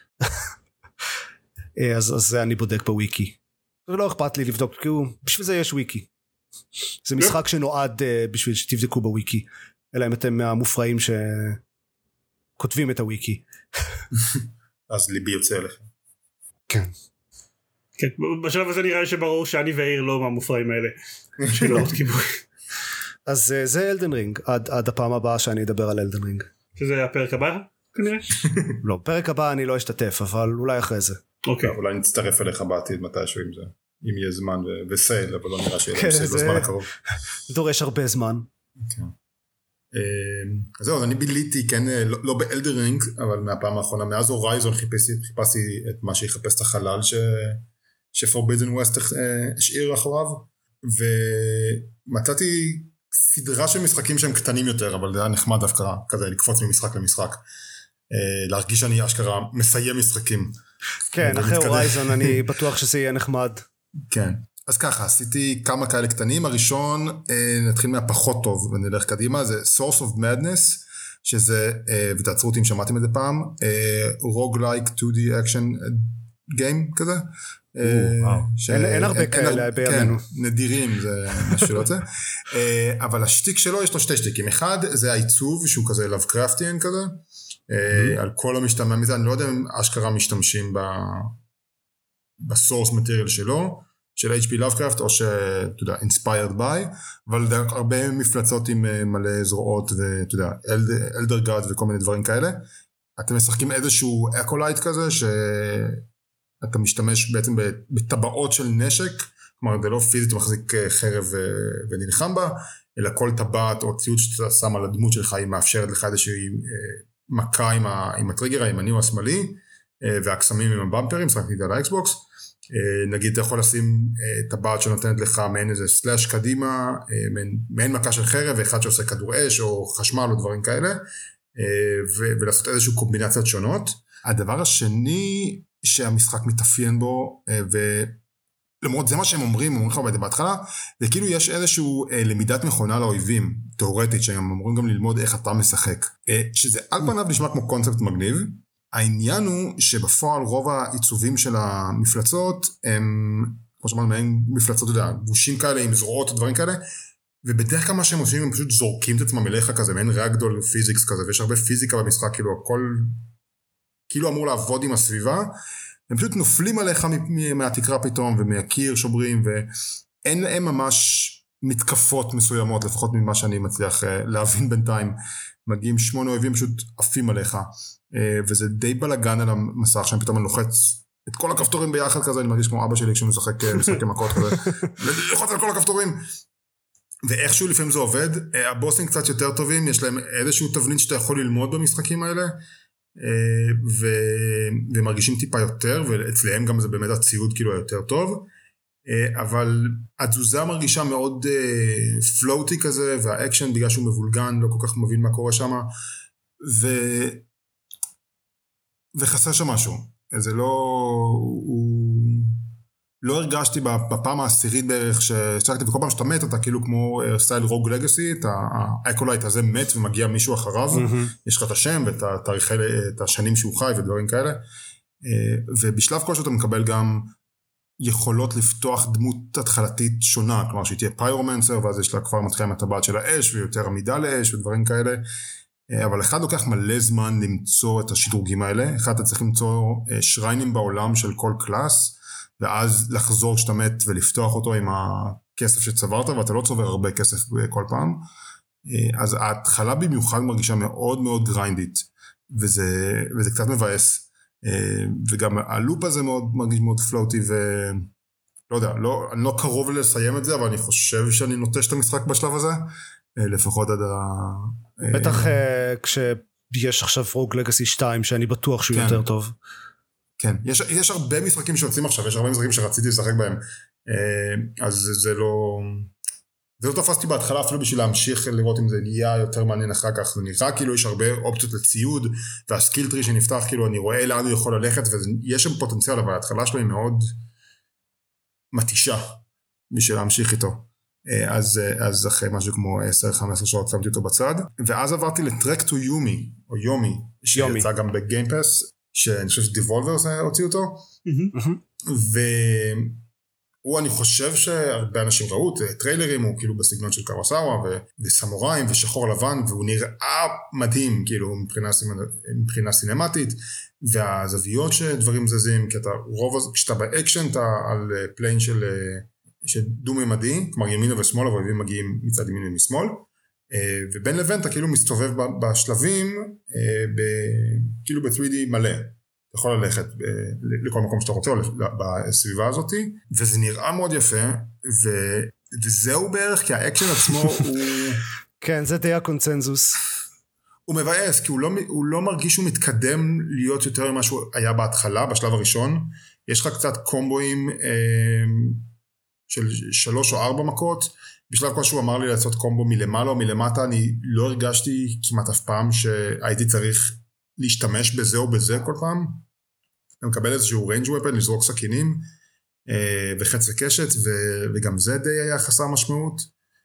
Speaker 1: אז אז זה אני בודק בוויקי. זה לא אכפת לי לבדוק, כי בשביל זה יש וויקי. זה משחק שנועד בשביל שתבדקו בוויקי, אלא אם אתם מהמופרעים שכותבים את הוויקי.
Speaker 3: אז ליבי יוצא אליכם.
Speaker 1: כן.
Speaker 2: כן, בשלב הזה נראה שברור שאני ואיר לא מהמופרעים האלה. שלא עוד כיבוי.
Speaker 1: אז זה אלדן רינג, עד, עד הפעם הבאה שאני אדבר על אלדן רינג.
Speaker 2: שזה הפרק הבא כנראה?
Speaker 1: לא, פרק הבא אני לא אשתתף, אבל אולי אחרי זה.
Speaker 3: אוקיי. אולי נצטרף אליך בעתיד מתישהו עם זה, אם יהיה זמן וסייל, אבל לא נראה שיהיה סייל בזמן הקרוב.
Speaker 1: דורש הרבה זמן.
Speaker 3: כן. אז זהו, אני ביליתי, כן, לא באלדן רינג, אבל מהפעם האחרונה, מאז הורייזון חיפשתי את מה שיחפש את החלל שפורבידן ווסט השאיר אחריו, ומצאתי סדרה של משחקים שהם קטנים יותר, אבל זה היה נחמד דווקא כזה לקפוץ ממשחק למשחק, להרגיש שאני אשכרה מסיים משחקים.
Speaker 1: כן, אחרי הורייזון אני בטוח שזה יהיה נחמד.
Speaker 3: כן, אז ככה, עשיתי כמה כאלה קטנים. הראשון, נתחיל מהפחות טוב ונלך קדימה, זה Source of Madness, שזה, ותעצרו אותי אם שמעתם את זה פעם, roguelike טו די action game כזה.
Speaker 1: אין הרבה כאלה בימינו.
Speaker 3: נדירים, זה משהו לא זה. אבל השטיק שלו, יש לו שתי שטיקים. אחד, זה העיצוב, שהוא כזה lovecraftian כזה, על כל המשתמע מזה. אני לא יודע אם אשכרה משתמשים בסורס מטריאל שלו, של אייץ' פי Lovecraft, או שאתה יודע, inspired by, אבל הרבה מפלצות עם מלא זרועות, ואתה יודע, אלדר גאד וכל מיני דברים כאלה. אתם משחקים איזשהו אקולייט כזה, שאתה משתמש בעצם בטבעות של נשק, כלומר, זה לא פיזית מחזיק חרב ונלחם בה, אלא כל טבעת או ציוד שאתה שם על הדמות שלך, היא מאפשרת לך איזושהי מכה עם הטריגר הימני או השמאלי, והקסמים עם הבמפרים, שחקתי את זה על האקסבוקס, נגיד אתה יכול לשים טבעת שנותנת לך מעין איזה סלאש קדימה, מעין מכה של חרב, ואחד שעושה כדור אש או חשמל או דברים כאלה, ולעשות איזשהו קומבינציות שונות. הדבר השני שהמשחק מתאפיין בו, ולמרות זה מה שהם אומרים, אומרים לך בהתחלה, זה כאילו יש איזשהו למידת מכונה לאויבים, תיאורטית, שהם אמורים גם ללמוד איך אתה משחק, שזה על פניו נשמע כמו קונספט מגניב. העניין הוא שבפועל רוב העיצובים של המפלצות הם, כמו שאמרנו, הם מפלצות, אתה יודע, גושים כאלה עם זרועות ודברים כאלה, ובדרך כלל מה שהם עושים הם פשוט זורקים את עצמם אליך כזה, מעין ריאגדול פיזיקס כזה, ויש הרבה פיזיקה במשחק, כאילו הכל, כאילו אמור לעבוד עם הסביבה, הם פשוט נופלים עליך מהתקרה פתאום, ומהקיר שוברים, ואין להם ממש מתקפות מסוימות, לפחות ממה שאני מצליח להבין בינתיים, מגיעים שמונה אויבים פשוט עפים עליך, וזה די בלגן על המסך, שאני פתאום לוחץ את כל הכפתורים ביחד כזה, אני מרגיש כמו אבא שלי כשהוא משחק משחק עם מכות כזה, לוחץ על כל הכפתורים, ואיכשהו לפעמים זה עובד, הבוסים קצת יותר טובים, יש להם איזשהו תבנית שאתה יכול ללמוד במשחקים האלה, ו... ומרגישים טיפה יותר, ואצלהם גם זה באמת הציוד כאילו היותר טוב, אבל התזוזה מרגישה מאוד פלוטי כזה, והאקשן בגלל שהוא מבולגן, לא כל כך מבין מה קורה שם, ו... וחסר שם משהו, זה לא... הוא... לא הרגשתי בפעם העשירית בערך ששתקתי, וכל פעם שאתה מת אתה כאילו כמו סטייל רוג לגאסי, האקולייט הזה מת ומגיע מישהו אחריו, יש לך את השם ואת התאריכי, את השנים שהוא חי ודברים כאלה, ובשלב כלשהו אתה מקבל גם יכולות לפתוח דמות התחלתית שונה, כלומר שהיא תהיה פיירומנסר, ואז יש לה כבר מתחילה מהטבעת של האש, ויותר עמידה לאש ודברים כאלה, אבל אחד לוקח מלא זמן למצוא את השדרוגים האלה, אחד אתה צריך למצוא שריינים בעולם של כל קלאס, ואז לחזור כשאתה מת ולפתוח אותו עם הכסף שצברת, ואתה לא צובר הרבה כסף כל פעם, אז ההתחלה במיוחד מרגישה מאוד מאוד גריינדית, וזה, וזה קצת מבאס, וגם הלופ הזה מאוד, מרגיש מאוד פלוטי, ולא יודע, לא, אני לא קרוב לסיים את זה, אבל אני חושב שאני נוטש את המשחק בשלב הזה, לפחות עד ה...
Speaker 1: בטח כשיש עכשיו רוג לגאסי שתיים, שאני בטוח שהוא יותר טוב.
Speaker 3: כן, יש, יש הרבה משחקים שיוצאים עכשיו, יש הרבה משחקים שרציתי לשחק בהם, אז זה לא, זה לא תפסתי בהתחלה אפילו בשביל להמשיך לראות אם זה נהיה יותר מעניין אחר כך, זה נראה כאילו יש הרבה אופציות לציוד, והסקיל טרי שנפתח, כאילו אני רואה לאן הוא יכול ללכת, ויש שם פוטנציאל, אבל ההתחלה שלו היא מאוד מתישה, בשביל להמשיך איתו, אז, אז אחרי משהו כמו עשר חמש עשרה שעות שמתי אותו בצד, ואז עברתי לטרק טו יומי, או יומי, שיצא גם בגיימפס, שאני חושב שדיבולבר הוציא אותו, והוא אני חושב שהרבה אנשים ראו, טריילרים הוא כאילו בסגנון של קוואסאווה, וסמוראים ושחור לבן, והוא נראה מדהים כאילו מבחינה סינמטית, והזוויות שדברים זזים, כי אתה רוב, כשאתה באקשן אתה על פליין של דו-ממדי, כלומר ימינה ושמאל, אבל הם מגיעים מצד ימין ומשמאל, ובין לבין אתה כאילו מסתובב בשלבים כאילו ב-תרי די מלא, אתה יכול ללכת לכל מקום שאתה רוצה בסביבה הזאת, וזה נראה מאוד יפה, וזהו בערך, כי האקשן עצמו הוא...
Speaker 1: כן, זה די הקונצנזוס.
Speaker 3: הוא מבאס, כי הוא לא מרגיש שהוא מתקדם להיות יותר ממה שהוא היה בהתחלה, בשלב הראשון, יש לך קצת קומבואים של שלוש או ארבע מכות, בשלב כל שהוא אמר לי לעשות קומבו מלמעלה או מלמטה, אני לא הרגשתי כמעט אף פעם שהייתי צריך להשתמש בזה או בזה כל פעם. אני מקבל איזשהו ריינג' ופן, לזרוק סכינים וחץ וקשת, וגם זה די היה חסר משמעות.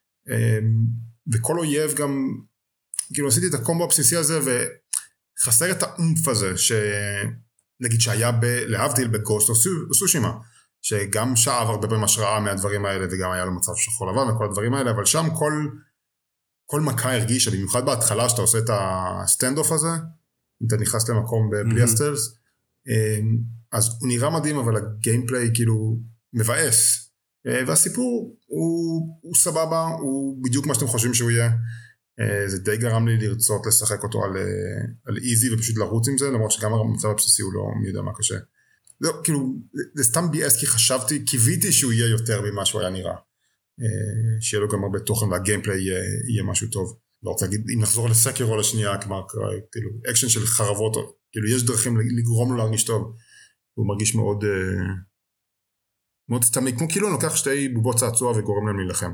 Speaker 3: וכל אויב גם, כאילו עשיתי את הקומבו הבסיסי הזה, וחסר את האומף הזה, שנגיד שהיה להבדיל בגוסט או סושימה, שגם שאב הרבה פעמים השראה מהדברים האלה, וגם היה לו מצב שחור לבן וכל הדברים האלה, אבל שם כל, כל מכה הרגישה, במיוחד בהתחלה שאתה עושה את הסטנד-אוף הזה, אם אתה נכנס למקום בלי הסטלס, אז הוא נראה מדהים, אבל הגיימפליי כאילו מבאס, והסיפור הוא, הוא סבבה, הוא בדיוק מה שאתם חושבים שהוא יהיה, זה די גרם לי לרצות לשחק אותו על, על איזי, ופשוט לרוץ עם זה, למרות שגם המצב הבסיסי הוא לא מי יודע מה קשה. לא, כאילו, זה סתם בי אס כי חשבתי, קיוויתי שהוא יהיה יותר ממה שהוא היה נראה. שיהיה לו גם הרבה תוכן והגיימפליי יהיה, יהיה משהו טוב. לא רוצה להגיד, אם נחזור לסקירו לשנייה, כלומר, כאילו, אקשן של חרבות, כאילו, יש דרכים לגרום לו להרגיש טוב. הוא מרגיש מאוד, מאוד סתמי, כמו כאילו, לוקח שתי בובות צעצוע וגורם להם להילחם.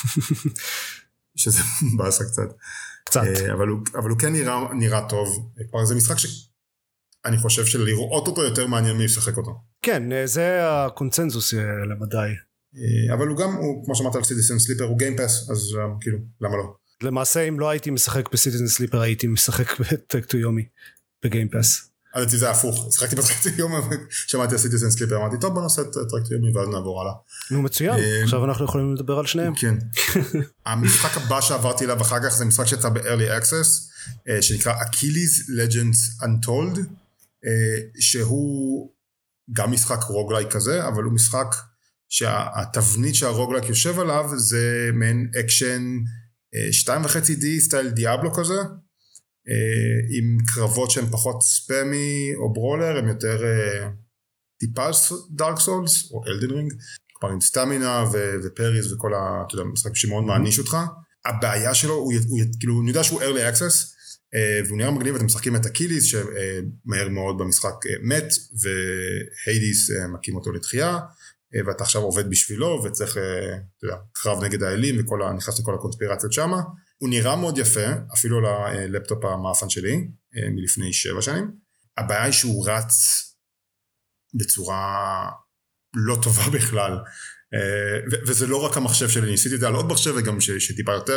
Speaker 3: שזה בעשה קצת.
Speaker 1: קצת.
Speaker 3: אבל הוא, אבל הוא כן נראה, נראה טוב. כבר זה משחק ש... אני חושב שלראות אותו יותר מעניין מי ישחק אותו.
Speaker 1: כן, זה הקונצנזוס למדי.
Speaker 3: אבל הוא גם, הוא, כמו שאמרת על סיטיזן סליפר, הוא גיימפס, אז כאילו, למה לא?
Speaker 1: למעשה, אם לא הייתי משחק בסיטיזן סליפר, הייתי משחק בטרק טו יומי, בגיימפס.
Speaker 3: אז אצלי זה הפוך, שחקתי בטרק טו יומי, שמעתי על סיטיזן סליפר, אמרתי, טוב, בוא נעשה את טרק טו יומי, ואז נעבור הלאה.
Speaker 1: נו, מצוין, עכשיו אנחנו יכולים לדבר על שניהם.
Speaker 3: כן. המשחק הבא שעברתי אליו אחר כך, זה משחק שיצא ב-Early Access, שנקרא Achilles Legends Untold, שהוא גם משחק רוגלייק כזה, אבל הוא משחק שהתבנית שהרוגלייק יושב עליו זה מעין אקשן שתיים וחצי די סטייל דיאבלו כזה, עם קרבות שהן פחות ספמי או ברולר, הם יותר טיפה דארק סולס או אלדן רינג, כבר עם סטמינה ופריז וכל המשחק שמאוד מעניש אותך. הבעיה שלו, הוא, הוא, כאילו, אני יודע שהוא early access, והוא נראה מגניב, אתם משחקים את הקיליס, שמהר מאוד במשחק מת, והיידיס מקים אותו לתחייה, ואתה עכשיו עובד בשבילו, וצריך, אתה יודע, קרב נגד האלים, ונכנס לכל הקונספירציות שמה. הוא נראה מאוד יפה, אפילו ללפטופ המאפן שלי, מלפני שבע שנים. הבעיה היא שהוא רץ בצורה לא טובה בכלל, וזה לא רק המחשב שלי, ניסיתי את זה על עוד מחשב, וגם שטיפה יותר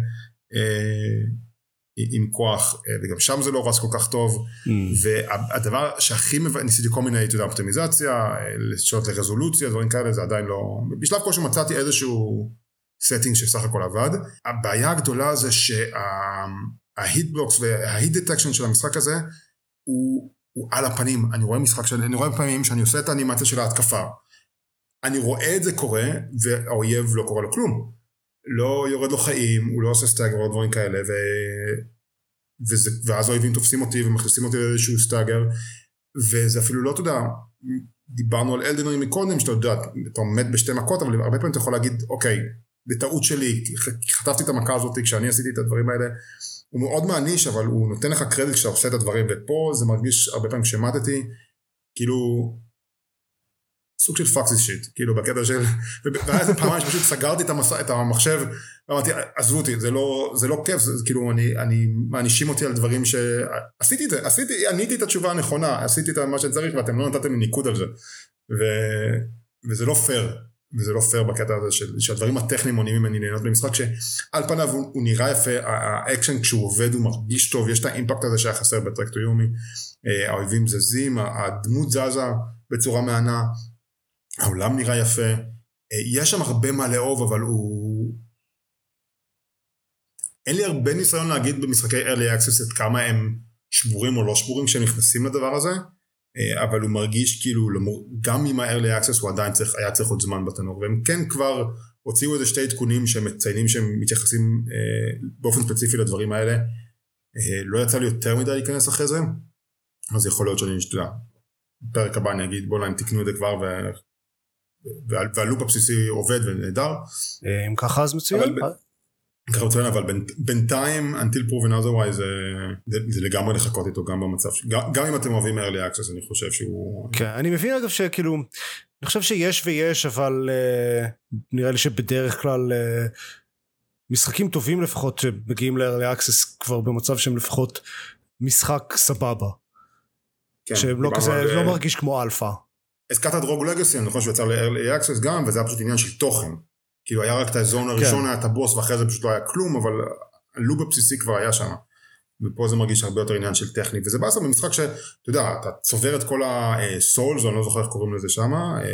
Speaker 3: עם כוח, וגם שם זה לא רץ כל כך טוב, והדבר שהכי ניסיתי כל מיני, אתה יודע, אופטימיזציה, לשאלות לרזולוציה, דברים כאלה, זה עדיין לא, בשלב כלשהו מצאתי איזשהו setting שסך הכל עבד. הבעיה הגדולה זה שההיטבלוקס וההיט דטקשן של המשחק הזה, הוא הוא על הפנים. אני רואה משחק של, אני רואה פעמים שאני עושה את האנימציה של ההתקפה, אני רואה את זה קורה, והאויב לא קורה לו כלום. לא יורד לו חיים, הוא לא עושה סטאגר או דברים כאלה, ו... וזה... ואז האויבים תופסים אותי ומכניסים אותי לאיזשהו סטאגר, וזה אפילו לא, אתה יודע, דיברנו על אלדן רינג מקודם, שאתה יודע, אתה עומד בשתי מכות, אבל הרבה פעמים אתה יכול להגיד, אוקיי, בטעות שלי, חטפתי את המכה הזאת כשאני עשיתי את הדברים האלה, הוא מאוד מעניש, אבל הוא נותן לך קרדיט כשאתה עושה את הדברים, ופה זה מרגיש הרבה פעמים שמטתי, כאילו, סוג של פאקסיס שיט, כאילו בקטע של, והיה איזה פעמיים שפשוט סגרתי את המחשב, ואמרתי, עזבו אותי, זה לא, זה לא כיף, זה כאילו, אני, אני, מענישים אותי על דברים שעשיתי את זה, עשיתי, עניתי את התשובה הנכונה, עשיתי את מה שצריך, ואתם לא נתתם לי ניקוד על זה, ו, וזה לא פייר, וזה לא פייר בקטע הזה, של, שהדברים הטכניים מונעים ממני ליהנות במשחק, שעל פניו הוא, הוא נראה יפה, האקשן כשהוא עובד הוא מרגיש טוב, יש את האימפקט הזה שהיה חסר בטרק טו יומי, האויבים זזים, הדמות זזה בצורה מענה, העולם נראה יפה, יש שם הרבה מה לאהוב, אבל הוא... אין לי הרבה ניסיון להגיד במשחקי Early Access את כמה הם שבורים או לא שבורים כשהם נכנסים לדבר הזה, אבל הוא מרגיש כאילו, גם עם ה-Early Access הוא עדיין צריך, היה צריך עוד זמן בתנור, והם כן כבר הוציאו איזה שתי עדכונים שהם מציינים שהם מתייחסים באופן ספציפי לדברים האלה, לא יצא לי יותר מדי להיכנס אחרי זה, אז יכול להיות שאני נשתדע, פרק הבא אני אגיד, בוא להם תקנו את זה כבר ו... והלופ הבסיסי עובד ונהדר.
Speaker 1: אם ככה אז מצוין.
Speaker 3: ככה מצוין, אבל בינתיים, until proven otherwise, זה לגמרי לחכות איתו גם במצב, גם אם אתם אוהבים early access, אני חושב שהוא...
Speaker 1: כן, אני מבין אגב שכאילו, אני חושב שיש ויש, אבל נראה לי שבדרך כלל משחקים טובים לפחות, שמגיעים ל-early access כבר במצב שהם לפחות משחק סבבה. שהם לא כזה, לא מרגיש כמו אלפא.
Speaker 3: הזכרת את רוג לגאסי, אני חושב שיצא ל-Early Access גם, וזה היה פשוט עניין של תוכן. כאילו היה רק את הזון הראשון, היה את הבוס, ואחרי זה פשוט לא היה כלום, אבל הלוב הבסיסי כבר היה שם. ופה זה מרגיש הרבה יותר עניין של טכני, וזה בעצם במשחק שאתה יודע, אתה צובר את כל הסולס, אני לא זוכר איך קוראים לזה שם,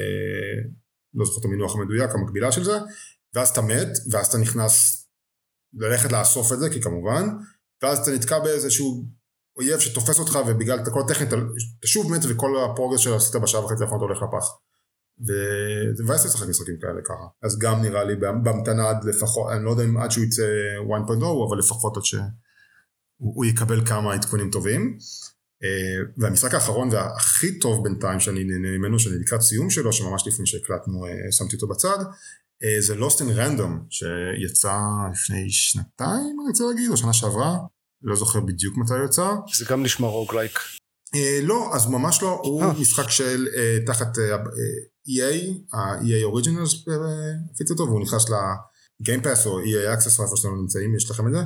Speaker 3: לא זוכר את המינוח המדויק, המקבילה של זה, ואז אתה מת, ואז אתה נכנס ללכת לאסוף את זה, כי כמובן, ואז אתה נתקע באיזשהו אויב שתופס אותך, ובגלל את הכל הטכנית, אתה שוב מת, וכל הפרוגרס שלו עשית בשעה וחצי האחרונות הולך לפח. וזה מבאס לשחק משחקים כאלה ככה. אז גם נראה לי, בהמתנה עד לפחות, אני לא יודע אם עד שהוא יצא אחת נקודה אפס, אבל לפחות עד שהוא יקבל כמה עדכונים טובים. והמשחק האחרון, והכי טוב בינתיים, שאני נהנה ממנו, שאני לקראת סיום שלו, שממש לפני שהקלטנו, שמתי אותו בצד, זה Lost in Random, שיצא לפני שנתיים, אני רוצה להגיד, או שנה שעברה, לא זוכר בדיוק מתי יצא.
Speaker 1: זה גם נשמע רוגלייק.
Speaker 3: לא, אז ממש לא, הוא משחק של תחת E A, ה-E A Originals הפיץ אותו, והוא נכנס ל-Game Pass או E A Access, איפה שאתם נמצאים, יש לכם את זה,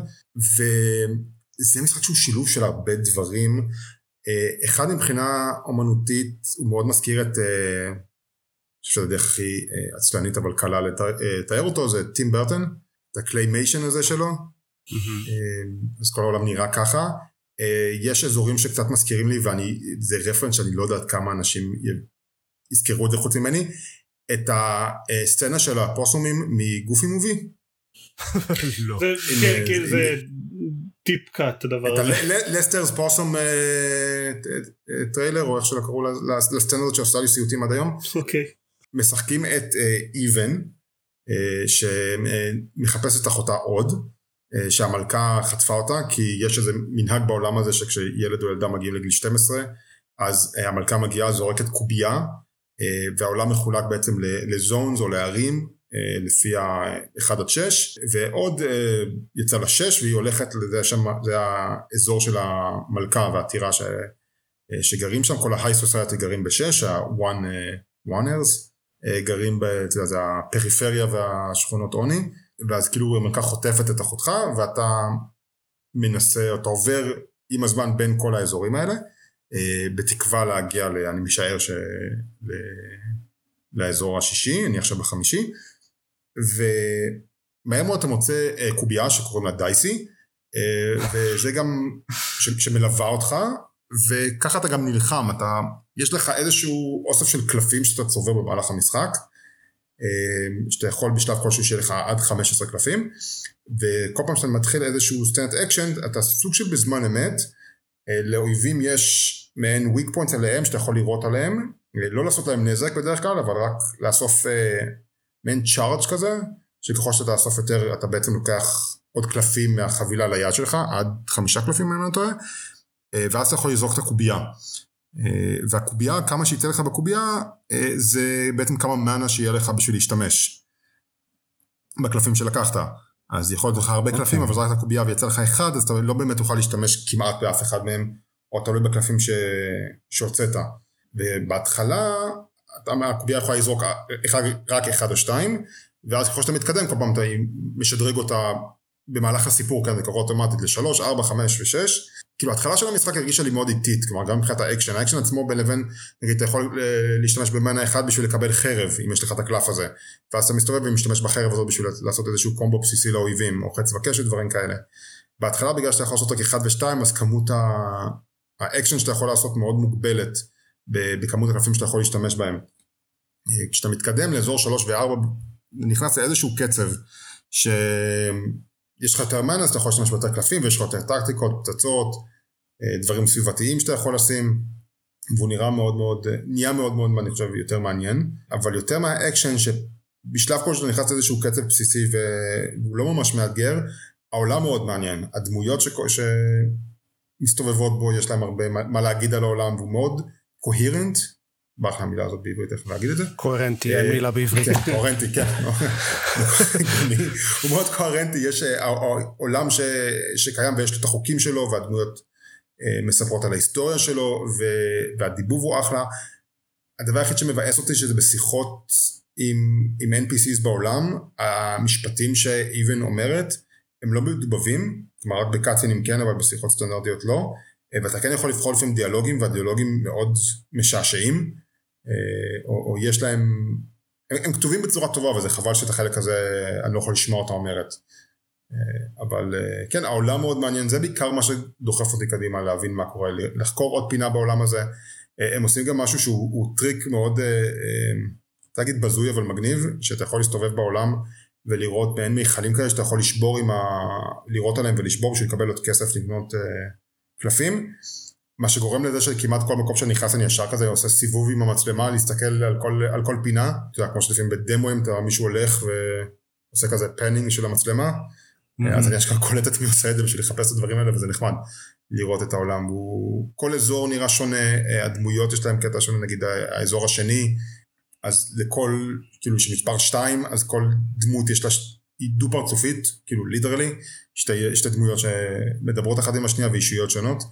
Speaker 3: וזה משחק שהוא שילוב של הרבה דברים, אחד מבחינה אומנותית, הוא מאוד מזכיר את, אני חושב שזה דרך הכי עצלנית, אבל קלה לתאר אותו, זה טים ברטון, את הקליימיישן הזה שלו, אז כל העולם נראה ככה, יש אזורים שקצת מזכירים לי, וזה רפרנס שאני לא יודעת כמה אנשים יזכרו את זה חוץ ממני, את הסצנה של הפוסומים מגופי מובי.
Speaker 1: לא.
Speaker 2: זה טיפ קאט הדבר הזה.
Speaker 3: את לסטרס פוסום טריילר, או איך שלא קראו לסצנה הזאת שעושה לי סיוטים עד היום.
Speaker 2: אוקיי.
Speaker 3: משחקים את איבן, שמחפשת אחותה עוד, שהמלכה חטפה אותה, כי יש איזה מנהג בעולם הזה שכשילד או ילדה מגיעים לגיל שתים עשרה, אז המלכה מגיעה, זורקת קובייה, והעולם מחולק בעצם לזונס או לערים, לפי ה-אחד עד שש, ועוד יצא ל-שש, והיא הולכת, זה האזור של המלכה והטירה שגרים שם, כל ה-high society גרים ב-שש, ה-one-ers, גרים, זה הפריפריה והשכונות עוני, ואז כאילו המלכה חוטפת את אחותך, ואתה מנסה, אתה עובר עם הזמן בין כל האזורים האלה, בתקווה להגיע, אני משער ש... לאזור השישי, אני עכשיו בחמישי, ומהר מאוד אתה מוצא קובייה שקוראים לה דייסי, וזה גם שמלווה אותך, וככה אתה גם נלחם, אתה, יש לך איזשהו אוסף של קלפים שאתה צובר במהלך המשחק, שאתה יכול בשלב כלשהו שיהיה לך עד חמש עשרה קלפים, וכל פעם שאתה מתחיל איזשהו סטנט אקשן, אתה סוג של בזמן אמת, לאויבים יש מעין weak points עליהם, שאתה יכול לראות עליהם, לא לעשות להם נזק בדרך כלל, אבל רק לאסוף מעין צ'ארג' כזה, שככל שאתה לאסוף יותר, אתה בעצם לוקח עוד קלפים מהחבילה ליד שלך, עד חמישה קלפים ממנו טועה, ואז אתה יכול לזרוק את הקובייה. והקובייה, כמה שייצא לך בקובייה, זה בעצם כמה מנה שיהיה לך בשביל להשתמש בקלפים שלקחת. אז יכול להיות לך הרבה קלפים, אבל זרקת הקובייה ויצא לך אחד, אז אתה לא באמת תוכל להשתמש כמעט באף אחד מהם, או תלוי בקלפים שהוצאת. ובהתחלה, הקובייה יכולה לזרוק רק אחד או שתיים, ואז ככל שאתה מתקדם, כל פעם אתה משדרג אותה במהלך הסיפור, כאן זה קורה אוטומטית לשלוש, ארבע, חמש ושש. כאילו, ההתחלה של המשחק הרגישה לי מאוד איטית, כלומר, גם מבחינת האקשן. האקשן עצמו בין לבין, נגיד, אתה יכול להשתמש במנה אחד בשביל לקבל חרב, אם יש לך את הקלף הזה. ואז אתה מסתובב ומשתמש בחרב הזאת בשביל לעשות איזשהו קומבו בסיסי לאויבים, או חץ וקש ודברים כאלה. בהתחלה, בגלל שאתה יכול לעשות רק אחד ושתיים, אז כמות האקשן שאתה יכול לעשות מאוד מוגבלת, בכמות הקלפים שאתה יכול להשתמש בהם. כשאתה מתקדם לאזור שלוש וארבע, נכנס לאיזשהו קצב, שיש לך יותר מן, אז אתה יכול להשתמש ביותר קלפים, ויש לך יותר טקטיקות, פצצות, דברים סביבתיים שאתה יכול לשים, והוא נראה מאוד מאוד, נהיה מאוד מאוד, אני חושב, יותר מעניין, אבל יותר מהאקשן, שבשלב כל שאתה נכנס לאיזשהו קצב בסיסי, והוא לא ממש מאתגר, העולם מאוד מעניין, הדמויות שמסתובבות בו, יש להם הרבה מה להגיד על העולם, והוא מאוד קוהירנט, ברח המילה הזאת בעברית, איך להגיד את זה?
Speaker 1: קוהרנטי, אין מילה בעברית.
Speaker 3: כן, קוהרנטי, כן. הוא מאוד קוהרנטי, יש עולם שקיים ויש לו את החוקים שלו, והדמויות מספרות על ההיסטוריה שלו, והדיבוב הוא אחלה. הדבר היחיד שמבאס אותי שזה בשיחות עם אן פי סי'ס בעולם, המשפטים שאיבן אומרת, הם לא מדובבים, כלומר רק בקאצינים כן, אבל בשיחות סטנדרטיות לא, ואתה כן יכול לבחור לפעמים דיאלוגים, והדיאלוגים מאוד משעשעים, או, או יש להם, הם, הם כתובים בצורה טובה, וזה חבל שאת החלק הזה אני לא יכול לשמוע אותה אומרת. אבל כן, העולם מאוד מעניין, זה בעיקר מה שדוחף אותי קדימה להבין מה קורה, לחקור עוד פינה בעולם הזה. הם עושים גם משהו שהוא טריק מאוד, צריך להגיד בזוי אבל מגניב, שאתה יכול להסתובב בעולם ולראות מעין מיכלים כאלה, שאתה יכול לשבור עם ה... לראות עליהם ולשבור בשביל לקבל עוד כסף לבנות קלפים, מה שגורם לזה שכמעט כל מקום שאני נכנס אני ישר כזה, עושה סיבוב עם המצלמה, להסתכל על כל, על כל פינה, אתה יודע, כמו שלפעמים בדמוים, אתה מישהו הולך ועושה כזה פנינג של המצלמה, mm-hmm. אז אני אשכרה קולט את מי עושה את זה בשביל לחפש את הדברים האלה, וזה נחמד לראות את העולם, והוא, כל אזור נראה שונה, הדמויות יש להם קטע שונה, נגיד האזור השני, אז לכל, כאילו שמספר שתיים, אז כל דמות יש לה דו פרצופית, כאילו ליטרלי, שתי, שתי דמויות שמדברות אחת עם השנייה ואישיות שונות,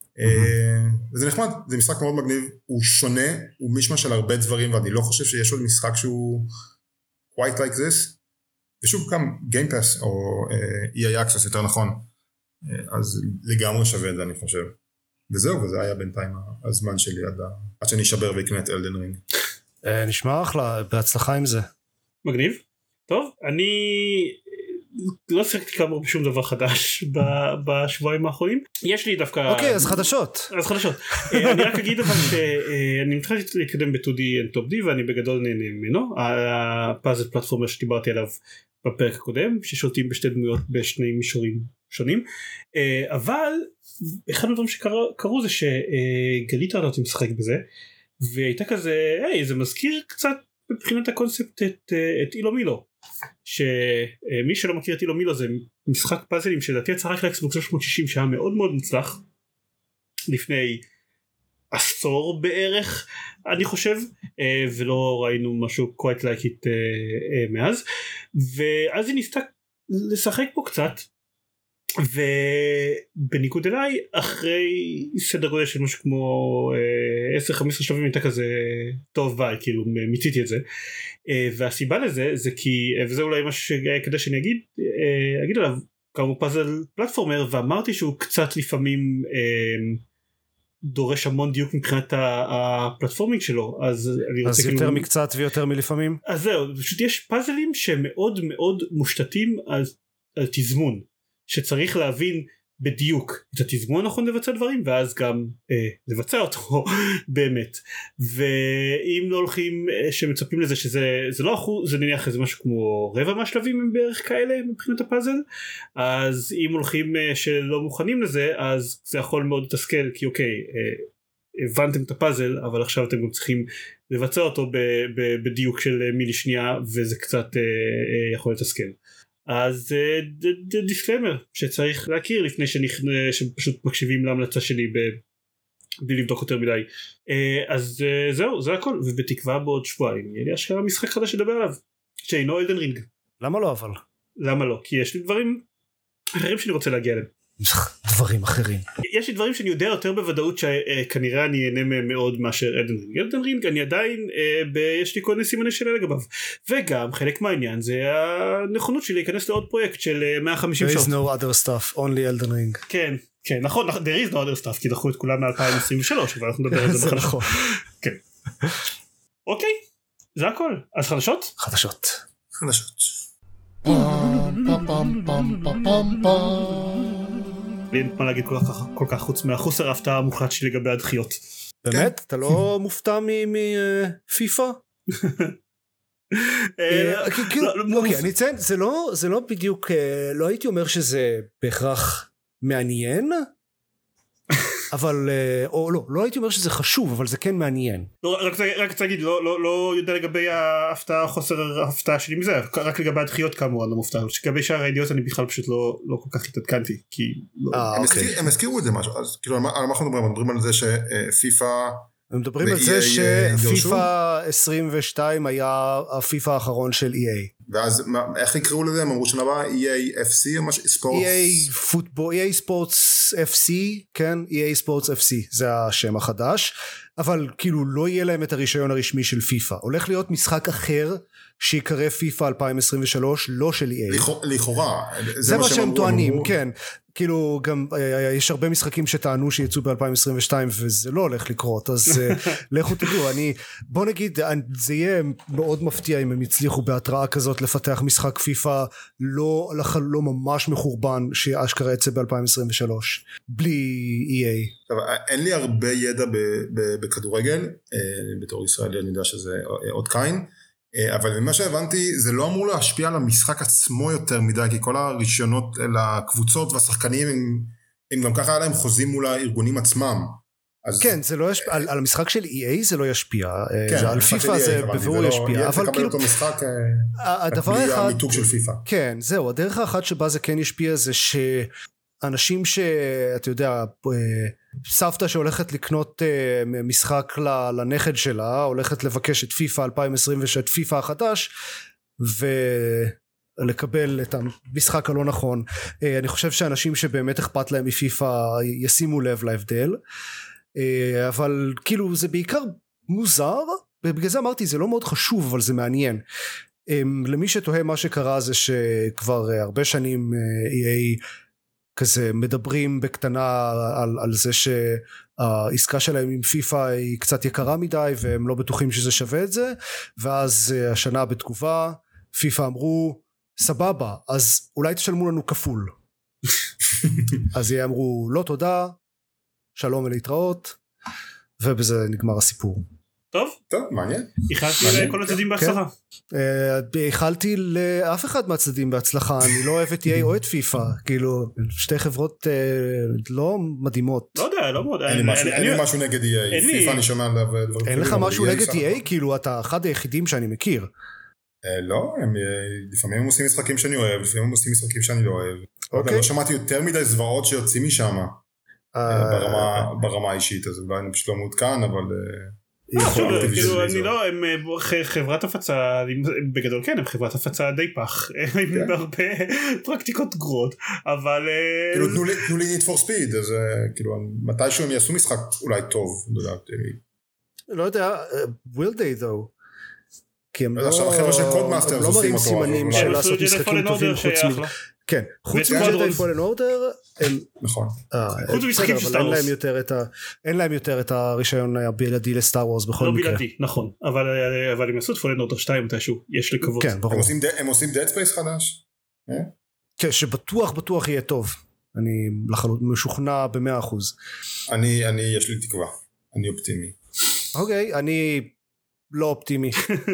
Speaker 3: וזה נחמד, זה משחק מאוד מגניב, הוא שונה, הוא משמע של הרבה דברים, ואני לא חושב שיש עוד משחק שהוא quite like this, ושוב גם Game Pass או אי איי Access יותר נכון, אז לגמרי שווה את זה אני חושב, וזהו, וזה היה בינתיים הזמן שלי עד, עד שאני אשבר ויקנה את אלדן רינג.
Speaker 1: נשמע אחלה, בהצלחה עם זה.
Speaker 2: מגניב, טוב, אני לא שיחקתי כאמור בשום דבר חדש בשבועיים האחרונים, יש לי דווקא...
Speaker 1: אוקיי, אז חדשות.
Speaker 2: אז חדשות. אני רק אגיד אבל שאני מתחיל להתקדם ב-טו די and טופ די ואני בגדול נהנה ממנו, הפאזל פלטפורמר שדיברתי עליו בפרק הקודם, ששולטים בשתי דמויות בשני מישורים שונים, אבל אחד הדברים שקרו זה שגלית רעיונות משחק בזה, והייתה כזה, היי, זה מזכיר קצת מבחינת הקונספט את, את אילו מילו, שמי שלא מכיר את אילו מילו זה משחק פאזלים שלדעתי יצא רק לאקסבוקס שלוש מאות שישים שהיה מאוד מאוד מוצלח לפני עשור בערך אני חושב, ולא ראינו משהו quite like it מאז, ואז היא ניסתה לשחק פה קצת, ובניגוד אליי אחרי סדר גודל של משהו כמו עשר חמש עשרה שלבים הייתה כזה טוב ביי, כאילו מיציתי את זה, והסיבה לזה זה כי, וזה אולי משהו שכדאי שאני אגיד אגיד עליו, כאמור פאזל פלטפורמר, ואמרתי שהוא קצת לפעמים דורש המון דיוק מבחינת הפלטפורמינג שלו, אז אני רוצה
Speaker 1: אז יותר מקצת ויותר מלפעמים,
Speaker 2: אז זהו, פשוט יש פאזלים שמאוד מאוד מושתתים על, על תזמון, שצריך להבין בדיוק את התזמון הנכון לבצע דברים ואז גם אה, לבצע אותו באמת, ואם לא הולכים אה, שמצפים לזה שזה זה לא אחוז, זה נניח איזה משהו כמו רבע מהשלבים הם בערך כאלה מבחינת הפאזל, אז אם הולכים אה, שלא מוכנים לזה אז זה יכול מאוד לתסכל, כי אוקיי אה, הבנתם את הפאזל אבל עכשיו אתם גם צריכים לבצע אותו ב, ב, בדיוק של מילי שנייה וזה קצת אה, אה, יכול לתסכל. אז דיסקליימר שצריך להכיר לפני שפשוט מקשיבים להמלצה שלי בלי לבדוק יותר מדי. אז זהו, זה הכל, ובתקווה בעוד שבועיים יהיה לי אשכרה משחק חדש לדבר עליו שאינו אלדן רינג.
Speaker 1: למה לא אבל?
Speaker 2: למה לא? כי יש לי דברים אחרים שאני רוצה להגיע אליהם.
Speaker 1: דברים אחרים.
Speaker 2: יש לי דברים שאני יודע יותר בוודאות שכנראה אני אהנה מהם מאוד מאשר אלדן רינג. אלדן רינג אני עדיין יש לי כל מיני סימני שאלה לגביו, וגם חלק מהעניין זה הנכונות שלי להיכנס לעוד פרויקט של מאה וחמישים שעות.
Speaker 1: There is no other stuff, only Elden Ring.
Speaker 2: כן, כן, נכון, there is no other stuff כי דחו את כולם מ-אלפיים עשרים ושלוש אבל אנחנו נדבר על זה בחדשות. כן. אוקיי, זה הכל. אז חדשות?
Speaker 1: חדשות.
Speaker 3: חדשות.
Speaker 2: אין מה להגיד כל כך, כל כך חוץ מהחוסר ההפתעה המוחלט שלי לגבי הדחיות.
Speaker 1: באמת? אתה לא מופתע מפיפה? אוקיי, אני אציין, זה לא בדיוק, לא הייתי אומר שזה בהכרח מעניין, אבל, או לא, לא הייתי אומר שזה חשוב, אבל זה כן מעניין.
Speaker 2: רק תגיד, לא יודע לגבי ההפתעה, חוסר ההפתעה שלי מזה, רק לגבי הדחיות כאמור אני לא מופתע, לגבי שאר הידיעות אני בכלל פשוט לא כל כך התעדכנתי, כי
Speaker 3: הם הזכירו את זה משהו, אז כאילו על מה אנחנו מדברים? מדברים על זה שפיפה,
Speaker 1: הם מדברים על זה שפיפה עשרים ושתיים היה הפיפה האחרון של אי איי.
Speaker 3: ואז איך יקראו לזה? הם אמרו שנבא אי איי אף סי או משהו?
Speaker 1: אי איי פוטבול, אי איי ספורטס אף סי, כן? אי איי ספורטס אף סי, זה השם החדש, אבל כאילו לא יהיה להם את הרישיון הרשמי של פיפה. הולך להיות משחק אחר שיקרא פיפה אלפיים עשרים ושלוש, לא של אי איי.
Speaker 3: לכאורה.
Speaker 1: זה מה שהם טוענים, כן. כאילו גם יש הרבה משחקים שטענו שיצאו ב-אלפיים עשרים ושתיים וזה לא הולך לקרות, אז לכו תדעו. אני, בוא נגיד, זה יהיה מאוד מפתיע אם הם יצליחו בהתראה כזאת לפתח משחק פיפה לא, לא ממש מחורבן שאשכרה יצא ב-אלפיים עשרים ושלוש בלי אי איי.
Speaker 3: טוב, אין לי הרבה ידע בכדורגל, בתור ישראלי אני יודע שזה עוד קין, אבל ממה שהבנתי זה לא אמור להשפיע על המשחק עצמו יותר מדי, כי כל הרישיונות לקבוצות והשחקנים הם, הם גם ככה עליהם חוזים מול הארגונים עצמם. אז... כן,
Speaker 1: זה לא ישפיע, על, על המשחק של אי איי זה לא ישפיע, כן, זה על פיפה זה בבירור לא, ישפיע, אבל כאילו,
Speaker 3: אותו משחק
Speaker 1: הדבר
Speaker 3: בלי
Speaker 1: אחד,
Speaker 3: המיתוג של פיפה.
Speaker 1: כן, זהו, הדרך האחת שבה זה כן ישפיע זה ש... אנשים שאתה יודע, סבתא שהולכת לקנות משחק לנכד שלה, הולכת לבקש את פיפה אלפיים עשרים ושש, את פיפה החדש, ולקבל את המשחק הלא נכון. אני חושב שאנשים שבאמת אכפת להם מפיפה ישימו לב להבדל, אבל כאילו זה בעיקר מוזר, ובגלל זה אמרתי זה לא מאוד חשוב, אבל זה מעניין. למי שתוהה מה שקרה זה שכבר הרבה שנים אי איי כזה מדברים בקטנה על, על זה שהעסקה שלהם עם פיפה היא קצת יקרה מדי והם לא בטוחים שזה שווה את זה, ואז השנה בתגובה פיפה אמרו סבבה אז אולי תשלמו לנו כפול. אז הם אמרו לא תודה, שלום ולהתראות, ובזה נגמר הסיפור.
Speaker 2: טוב?
Speaker 3: טוב, מעניין.
Speaker 2: איחלתי לכל הצדדים בהצלחה.
Speaker 1: איחלתי לאף אחד מהצדדים בהצלחה, אני לא אוהב את איי או את פיפה, כאילו שתי חברות לא מדהימות.
Speaker 2: לא יודע, לא מאוד.
Speaker 3: אין לי משהו נגד איי, פיפה אני שומע עליו דברים.
Speaker 1: אין לך משהו נגד איי? כאילו אתה אחד היחידים שאני מכיר. לא,
Speaker 3: לפעמים הם עושים משחקים שאני אוהב, לפעמים הם עושים משחקים שאני לא אוהב. לא שמעתי יותר מדי זוועות שיוצאים משם ברמה האישית, אז אולי אני פשוט לא מעודכן, אבל...
Speaker 2: כאילו אני לא, הם חברת הפצה, בגדול כן, הם חברת הפצה די פח, עם הרבה פרקטיקות גרועות, אבל...
Speaker 3: כאילו תנו לי Need for Speed, אז כאילו מתישהו הם יעשו משחק אולי טוב,
Speaker 1: לא יודע, will they though? כי הם לא
Speaker 3: לא
Speaker 1: מראים סימנים של לעשות משחקים טובים חוץ מ... כן, חוץ מג'די פולן אורדר,
Speaker 3: נכון.
Speaker 1: אין להם יותר את הרישיון הבלעדי לסטאר וורס בכל מקרה.
Speaker 2: לא בלעדי, נכון, אבל הם עשו את פולן אורדר שתיים מתישהו, יש לקוות.
Speaker 3: הם עושים Dead Space חדש?
Speaker 1: כן, שבטוח בטוח יהיה טוב. אני משוכנע במאה אחוז.
Speaker 3: אני, יש לי תקווה, אני אופטימי.
Speaker 1: אוקיי, אני... לא אופטימי.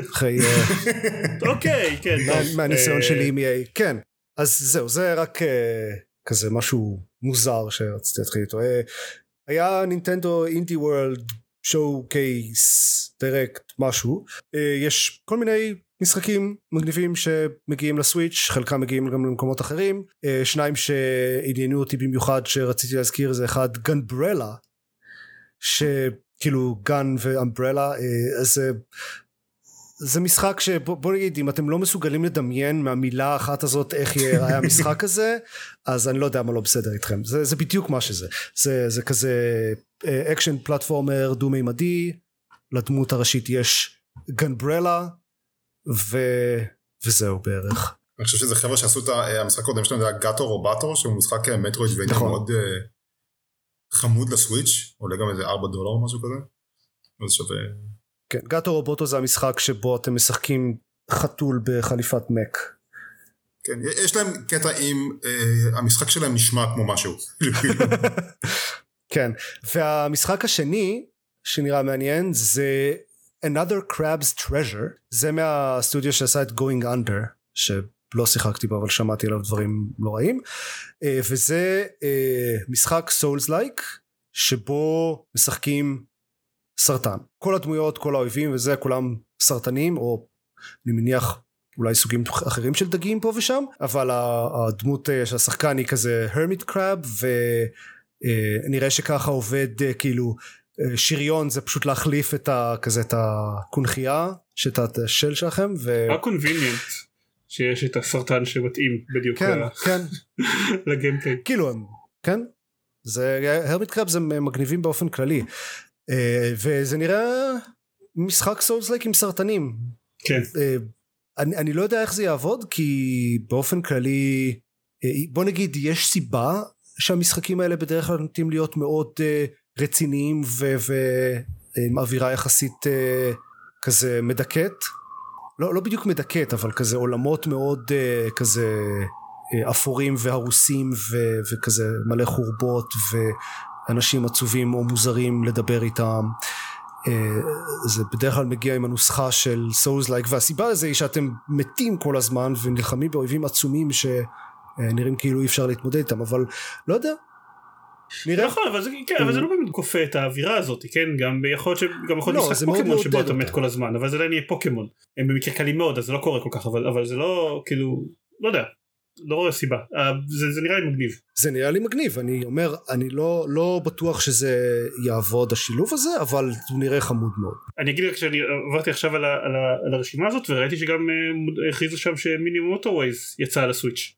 Speaker 2: אוקיי, כן.
Speaker 1: מהניסיון שלי עם איי. כן. אז זהו, זה רק כזה משהו מוזר שרציתי להתחיל איתו. היה נינטנדו אינדי וורלד שואו קייס דירקט משהו. יש כל מיני משחקים מגניבים שמגיעים לסוויץ', חלקם מגיעים גם למקומות אחרים. שניים שעניינו אותי במיוחד שרציתי להזכיר זה אחד גנברלה, ש... כאילו גן ואמברלה, אז זה משחק שבוא נגיד אם אתם לא מסוגלים לדמיין מהמילה האחת הזאת איך יהיה המשחק הזה, אז אני לא יודע מה לא בסדר איתכם. זה, זה בדיוק מה שזה. זה, זה כזה אקשן פלטפורמר דו מימדי, לדמות הראשית יש גנברלה, ו... וזהו בערך.
Speaker 3: אני חושב שזה חבר'ה שעשו את המשחק קודם שלנו, זה היה גאטו רובטו, שהוא משחק מטרויד נכון. מאוד... חמוד לסוויץ', עולה גם איזה ארבע דולר או משהו כזה, אז שווה...
Speaker 1: כן, גאטו רובוטו זה המשחק שבו אתם משחקים חתול בחליפת מק.
Speaker 3: כן, יש להם קטע עם, אה, המשחק שלהם נשמע כמו משהו.
Speaker 1: כן, והמשחק השני, שנראה מעניין, זה Another Crab's Treasure, זה מהסטודיו שעשה את Going Under, ש... לא שיחקתי בו אבל שמעתי עליו דברים לא רעים, וזה משחק סולס לייק שבו משחקים סרטן, כל הדמויות כל האויבים וזה כולם סרטנים, או אני מניח אולי סוגים אחרים של דגים פה ושם, אבל הדמות של השחקן היא כזה הרמיט קראב, ונראה שככה עובד כאילו שריון זה פשוט להחליף את כזה את הקונחייה שאת השל שלכם,
Speaker 2: הקונביניאנט שיש את הסרטן שמתאים בדיוק
Speaker 1: כן, לה... כן.
Speaker 2: לגיימפליי.
Speaker 1: כאילו הם, כן? זה, הרמיט קראב זה מגניבים באופן כללי. וזה נראה משחק סולס לייק עם סרטנים.
Speaker 2: כן.
Speaker 1: אני, אני לא יודע איך זה יעבוד, כי באופן כללי, בוא נגיד, יש סיבה שהמשחקים האלה בדרך כלל נוטים להיות מאוד רציניים ועם אווירה יחסית כזה מדכאת. לא, לא בדיוק מדכאת, אבל כזה עולמות מאוד uh, כזה uh, אפורים והרוסים ו- וכזה מלא חורבות ואנשים עצובים או מוזרים לדבר איתם. Uh, זה בדרך כלל מגיע עם הנוסחה של Souls like, והסיבה לזה היא שאתם מתים כל הזמן ונלחמים באויבים עצומים שנראים כאילו אי אפשר להתמודד איתם, אבל לא יודע.
Speaker 2: נראה. נכון, אבל זה, כן, אבל זה לא באמת כופה את האווירה הזאת, כן? גם יכול להיות שגם יכול להיות משחק פוקימון שבו אתה מת כל הזמן, אבל זה לא נהיה פוקימון. הם במקרה קלים מאוד, אז זה לא קורה כל כך, אבל, אבל זה לא, כאילו, לא יודע, לא רואה סיבה. זה, זה נראה לי מגניב.
Speaker 1: זה נראה לי מגניב, אני אומר, אני לא, לא בטוח שזה יעבוד השילוב הזה, אבל הוא נראה חמוד מאוד.
Speaker 2: אני אגיד רק שאני עברתי עכשיו על, ה, על, ה, על הרשימה הזאת, וראיתי שגם הכריזו שם שמיני מוטורווייז יצא על הסוויץ',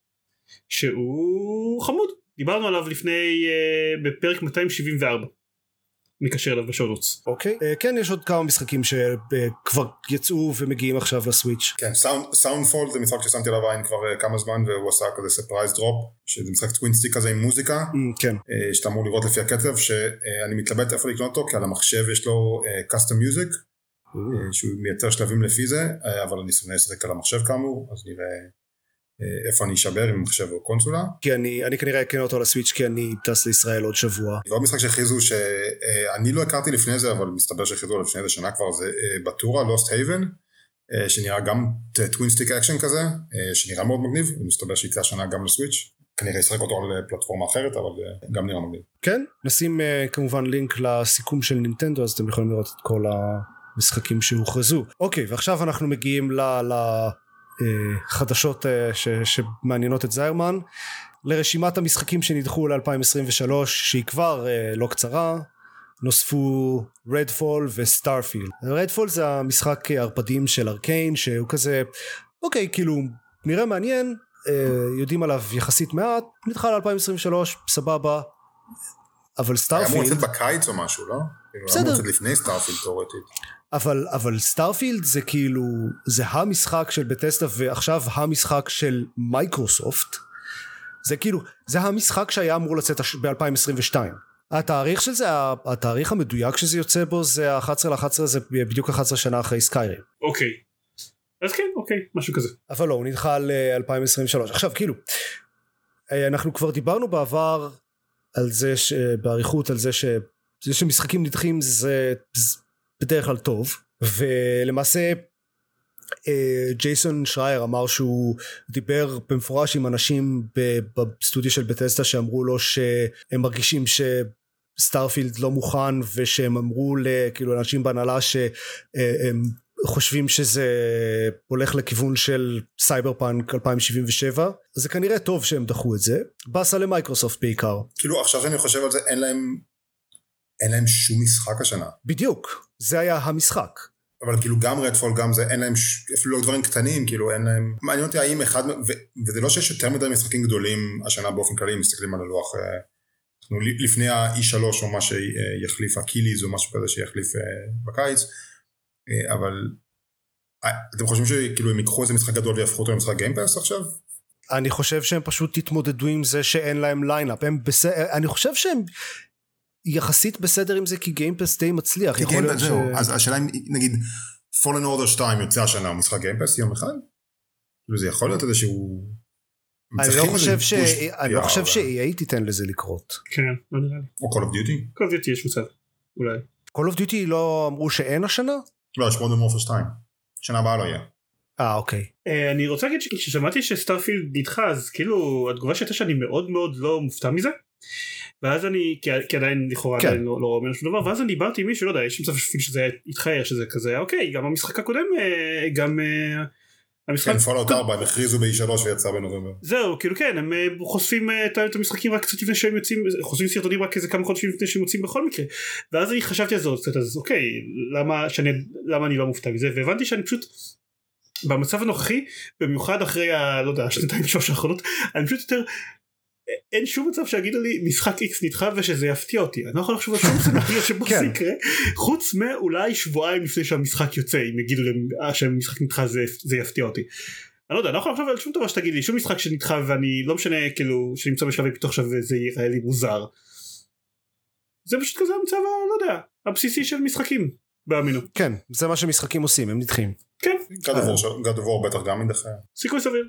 Speaker 2: שהוא חמוד. דיברנו עליו לפני uh, בפרק מאתיים שבעים וארבע, נקשר אליו בשונוץ.
Speaker 1: אוקיי, okay. uh, כן, יש עוד כמה משחקים שכבר uh, יצאו ומגיעים עכשיו לסוויץ'.
Speaker 3: כן, סאונדפול זה משחק ששמתי עליו עין כבר uh, כמה זמן, והוא עשה כזה ספרייז דרופ, שזה משחק טווין סטיק כזה עם מוזיקה,
Speaker 1: mm, כן.
Speaker 3: uh, שאתה אמור לראות לפי הקצב, שאני מתלבט איפה לקנות אותו, כי על המחשב יש לו uh, custom music, mm. uh, שהוא מייצר שלבים לפי זה, uh, אבל אני שונא לשחק על המחשב כאמור, אז נראה איפה אני אשבר עם מחשב או קונסולה.
Speaker 1: כי אני, אני כנראה אקנה אותו לסוויץ' כי אני טס לישראל עוד שבוע.
Speaker 3: ועוד משחק שהכריזו שאני לא הכרתי לפני זה, אבל מסתבר שהכריזו לפני זה שנה כבר, זה בטורה, Lost Haven, שנראה גם טווין סטיק אקשן כזה, שנראה מאוד מגניב, ומסתבר שיצא השנה גם לסוויץ'. כנראה ישחק אותו על פלטפורמה אחרת, אבל גם נראה מגניב.
Speaker 1: כן, נשים כמובן לינק לסיכום של נינטנדו, אז אתם יכולים לראות את כל המשחקים שהוכרזו. אוקיי, ועכשיו אנחנו מגיעים ל... ל... חדשות ש, שמעניינות את זיירמן, לרשימת המשחקים שנדחו ל-אלפיים עשרים ושלוש שהיא כבר לא קצרה. נוספו רדפול וסטארפילד. רדפול זה המשחק ערפדים של ארקיין שהוא כזה אוקיי כאילו נראה מעניין, יודעים עליו יחסית מעט, נדחה ל-אלפיים עשרים ושלוש סבבה, אבל סטארפילד
Speaker 3: היה מוצאת בקיץ או משהו, לא? בסדר. היה מוצאת לפני סטארפילד תיאורטית.
Speaker 1: אבל, אבל סטארפילד זה כאילו, זה המשחק של בטסטה ועכשיו המשחק של מייקרוסופט. זה כאילו, זה המשחק שהיה אמור לצאת ב-אלפיים עשרים ושתיים. התאריך של זה, התאריך המדויק שזה יוצא בו זה ה-אחת עשרה לאחת עשרה, זה בדיוק אחת עשרה שנה אחרי סקיירים.
Speaker 2: אוקיי. אז כן, אוקיי, משהו כזה.
Speaker 1: אבל לא, הוא נדחה ל-אלפיים עשרים ושלוש. עכשיו, כאילו, אנחנו כבר דיברנו בעבר על זה, ש... בעריכות על זה ש... זה שמשחקים נדחים זה בדרך כלל טוב, ולמעשה ג'ייסון שרייר אמר שהוא דיבר במפורש עם אנשים בסטודיו של בטסטה שאמרו לו שהם מרגישים שסטארפילד לא מוכן, ושהם אמרו כאילו אנשים בהנהלה שהם חושבים שזה הולך לכיוון של סייבר פאנק אלפיים שבעים ושבע, אז זה כנראה טוב שהם דחו את זה. בסה למייקרוסופט בעיקר.
Speaker 3: כאילו עכשיו שאני חושב על זה, אין להם אין להם שום משחק השנה.
Speaker 1: בדיוק, זה היה המשחק.
Speaker 3: אבל כאילו גם רדפול, גם זה, אין להם ש... אפילו לא דברים קטנים, כאילו אין להם, מעניין אותי האם אחד, ו... וזה לא שיש יותר מדי משחקים גדולים השנה באופן כללי, מסתכלים על הלוח, אנחנו לפני ה-אי שלוש או מה שיחליף הקיליז או משהו כזה שיחליף בקיץ, אבל אתם חושבים שכאילו הם ייקחו איזה משחק גדול ויהפכו אותו למשחק גיימפאס עכשיו?
Speaker 1: אני חושב שהם פשוט תתמודדו עם זה שאין להם ליינאפ, הם בס... אני חושב שהם יחסית בסדר עם זה כי גיימפאס די מצליח.
Speaker 3: כי גיימפאס זהו, אז השאלה אם נגיד Fallen Order שתיים יוצא השנה הוא משחק גיימפאס יום אחד? זה יכול להיות איזה שהוא...
Speaker 1: אני לא חושב ש... אני לא חושב ש-אי איי תיתן לזה לקרות.
Speaker 2: כן, לא נראה לי.
Speaker 3: או Call of Duty?
Speaker 2: Call of Duty יש מצב, אולי.
Speaker 1: Call of Duty לא אמרו שאין השנה?
Speaker 3: לא, יש Modern Warfare שתיים. שנה הבאה לא יהיה.
Speaker 1: אה, אוקיי.
Speaker 2: אני רוצה להגיד ששמעתי שסטארפילד נדחה, אז כאילו התגובה שהייתה שאני מאוד מאוד לא מופתע מזה. ואז אני, כי עדיין לכאורה עדיין לא אומר שום דבר, ואז אני דיברתי עם מישהו, לא יודע, יש מצב שזה יתחייר שזה כזה, אוקיי, גם המשחק הקודם, גם המשחק...
Speaker 3: כן, פולאאוט ארבע, הם הכריזו ב-אי שלוש ויצא בנובמבר.
Speaker 2: זהו, כאילו כן, הם חושפים את המשחקים רק קצת לפני שהם יוצאים, חושפים סרטונים רק איזה כמה חודשים לפני שהם יוצאים בכל מקרה, ואז אני חשבתי על זה עוד קצת, אז אוקיי, למה אני לא מופתע מזה, והבנתי שאני פשוט... במצב הנוכחי, במיוחד אחרי ה... לא יודע, השנתיים שלוש האחרונות, אני פשוט יותר... אין שום מצב שיגידו לי משחק X נדחה ושזה יפתיע אותי. אני לא יכול לחשוב על שום סנאריו שבו זה יקרה, חוץ מאולי שבועיים לפני שהמשחק יוצא, אם יגידו לי שהמשחק נדחה זה יפתיע אותי. אני לא יודע, אני לא יכול לחשוב על שום דבר שתגיד לי, שום משחק שנדחה ואני לא משנה כאילו שנמצא בשלבי פיתוח עכשיו וזה יראה לי מוזר. זה פשוט כזה המצב, לא יודע, הבסיסי של משחקים, באמינו.
Speaker 1: כן, זה מה שמשחקים עושים, הם נדחים.
Speaker 2: כן.
Speaker 3: God of War בטח גם נדחה.
Speaker 2: סיכוי סביר.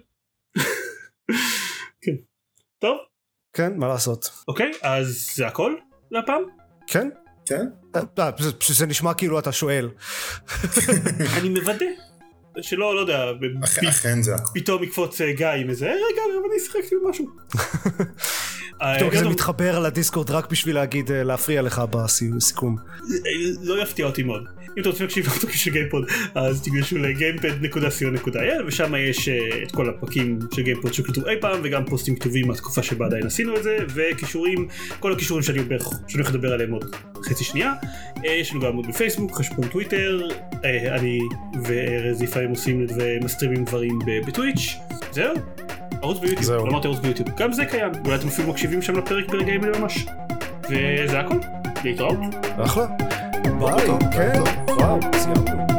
Speaker 2: כן. טוב?
Speaker 1: כן, מה לעשות?
Speaker 2: אוקיי, אז זה הכל להפעם?
Speaker 1: כן.
Speaker 3: כן?
Speaker 1: זה נשמע כאילו אתה שואל.
Speaker 2: אני מוודא. שלא, לא יודע.
Speaker 3: אכן זה הכל.
Speaker 2: פתאום יקפוץ גיא עם איזה, רגע, אני אשחקתי במשהו.
Speaker 1: פתאום כזה מתחבר על הדיסקורד רק בשביל להגיד, להפריע לך בסיכום.
Speaker 2: לא יפתיע אותי מאוד. אם אתה רוצה להקשיב אותו של גיימפוד, אז תגלשו ל-גיימפד נקודה סי או נקודה איי אל, ושם יש את כל הפרקים של גיימפוד שכתוב אי פעם, וגם פוסטים כתובים מהתקופה שבה עדיין עשינו את זה, וקישורים, כל הקישורים שאני הולך לדבר עליהם עוד חצי שנייה. יש לנו גם עמוד בפייסבוק, חשבון טוויטר, אני וארז לפעמים עושים ומסטרימים דברים בטוויץ'. זהו. ערוץ ביוטיוב, לא אמרתי ערוץ ביוטיוב, גם זה קיים, אולי אתם אפילו מקשיבים שם לפרק ברגעים האלה ממש. וזה הכל, להתראות.
Speaker 1: אחלה. ביי, כן, וואו, סיימנו.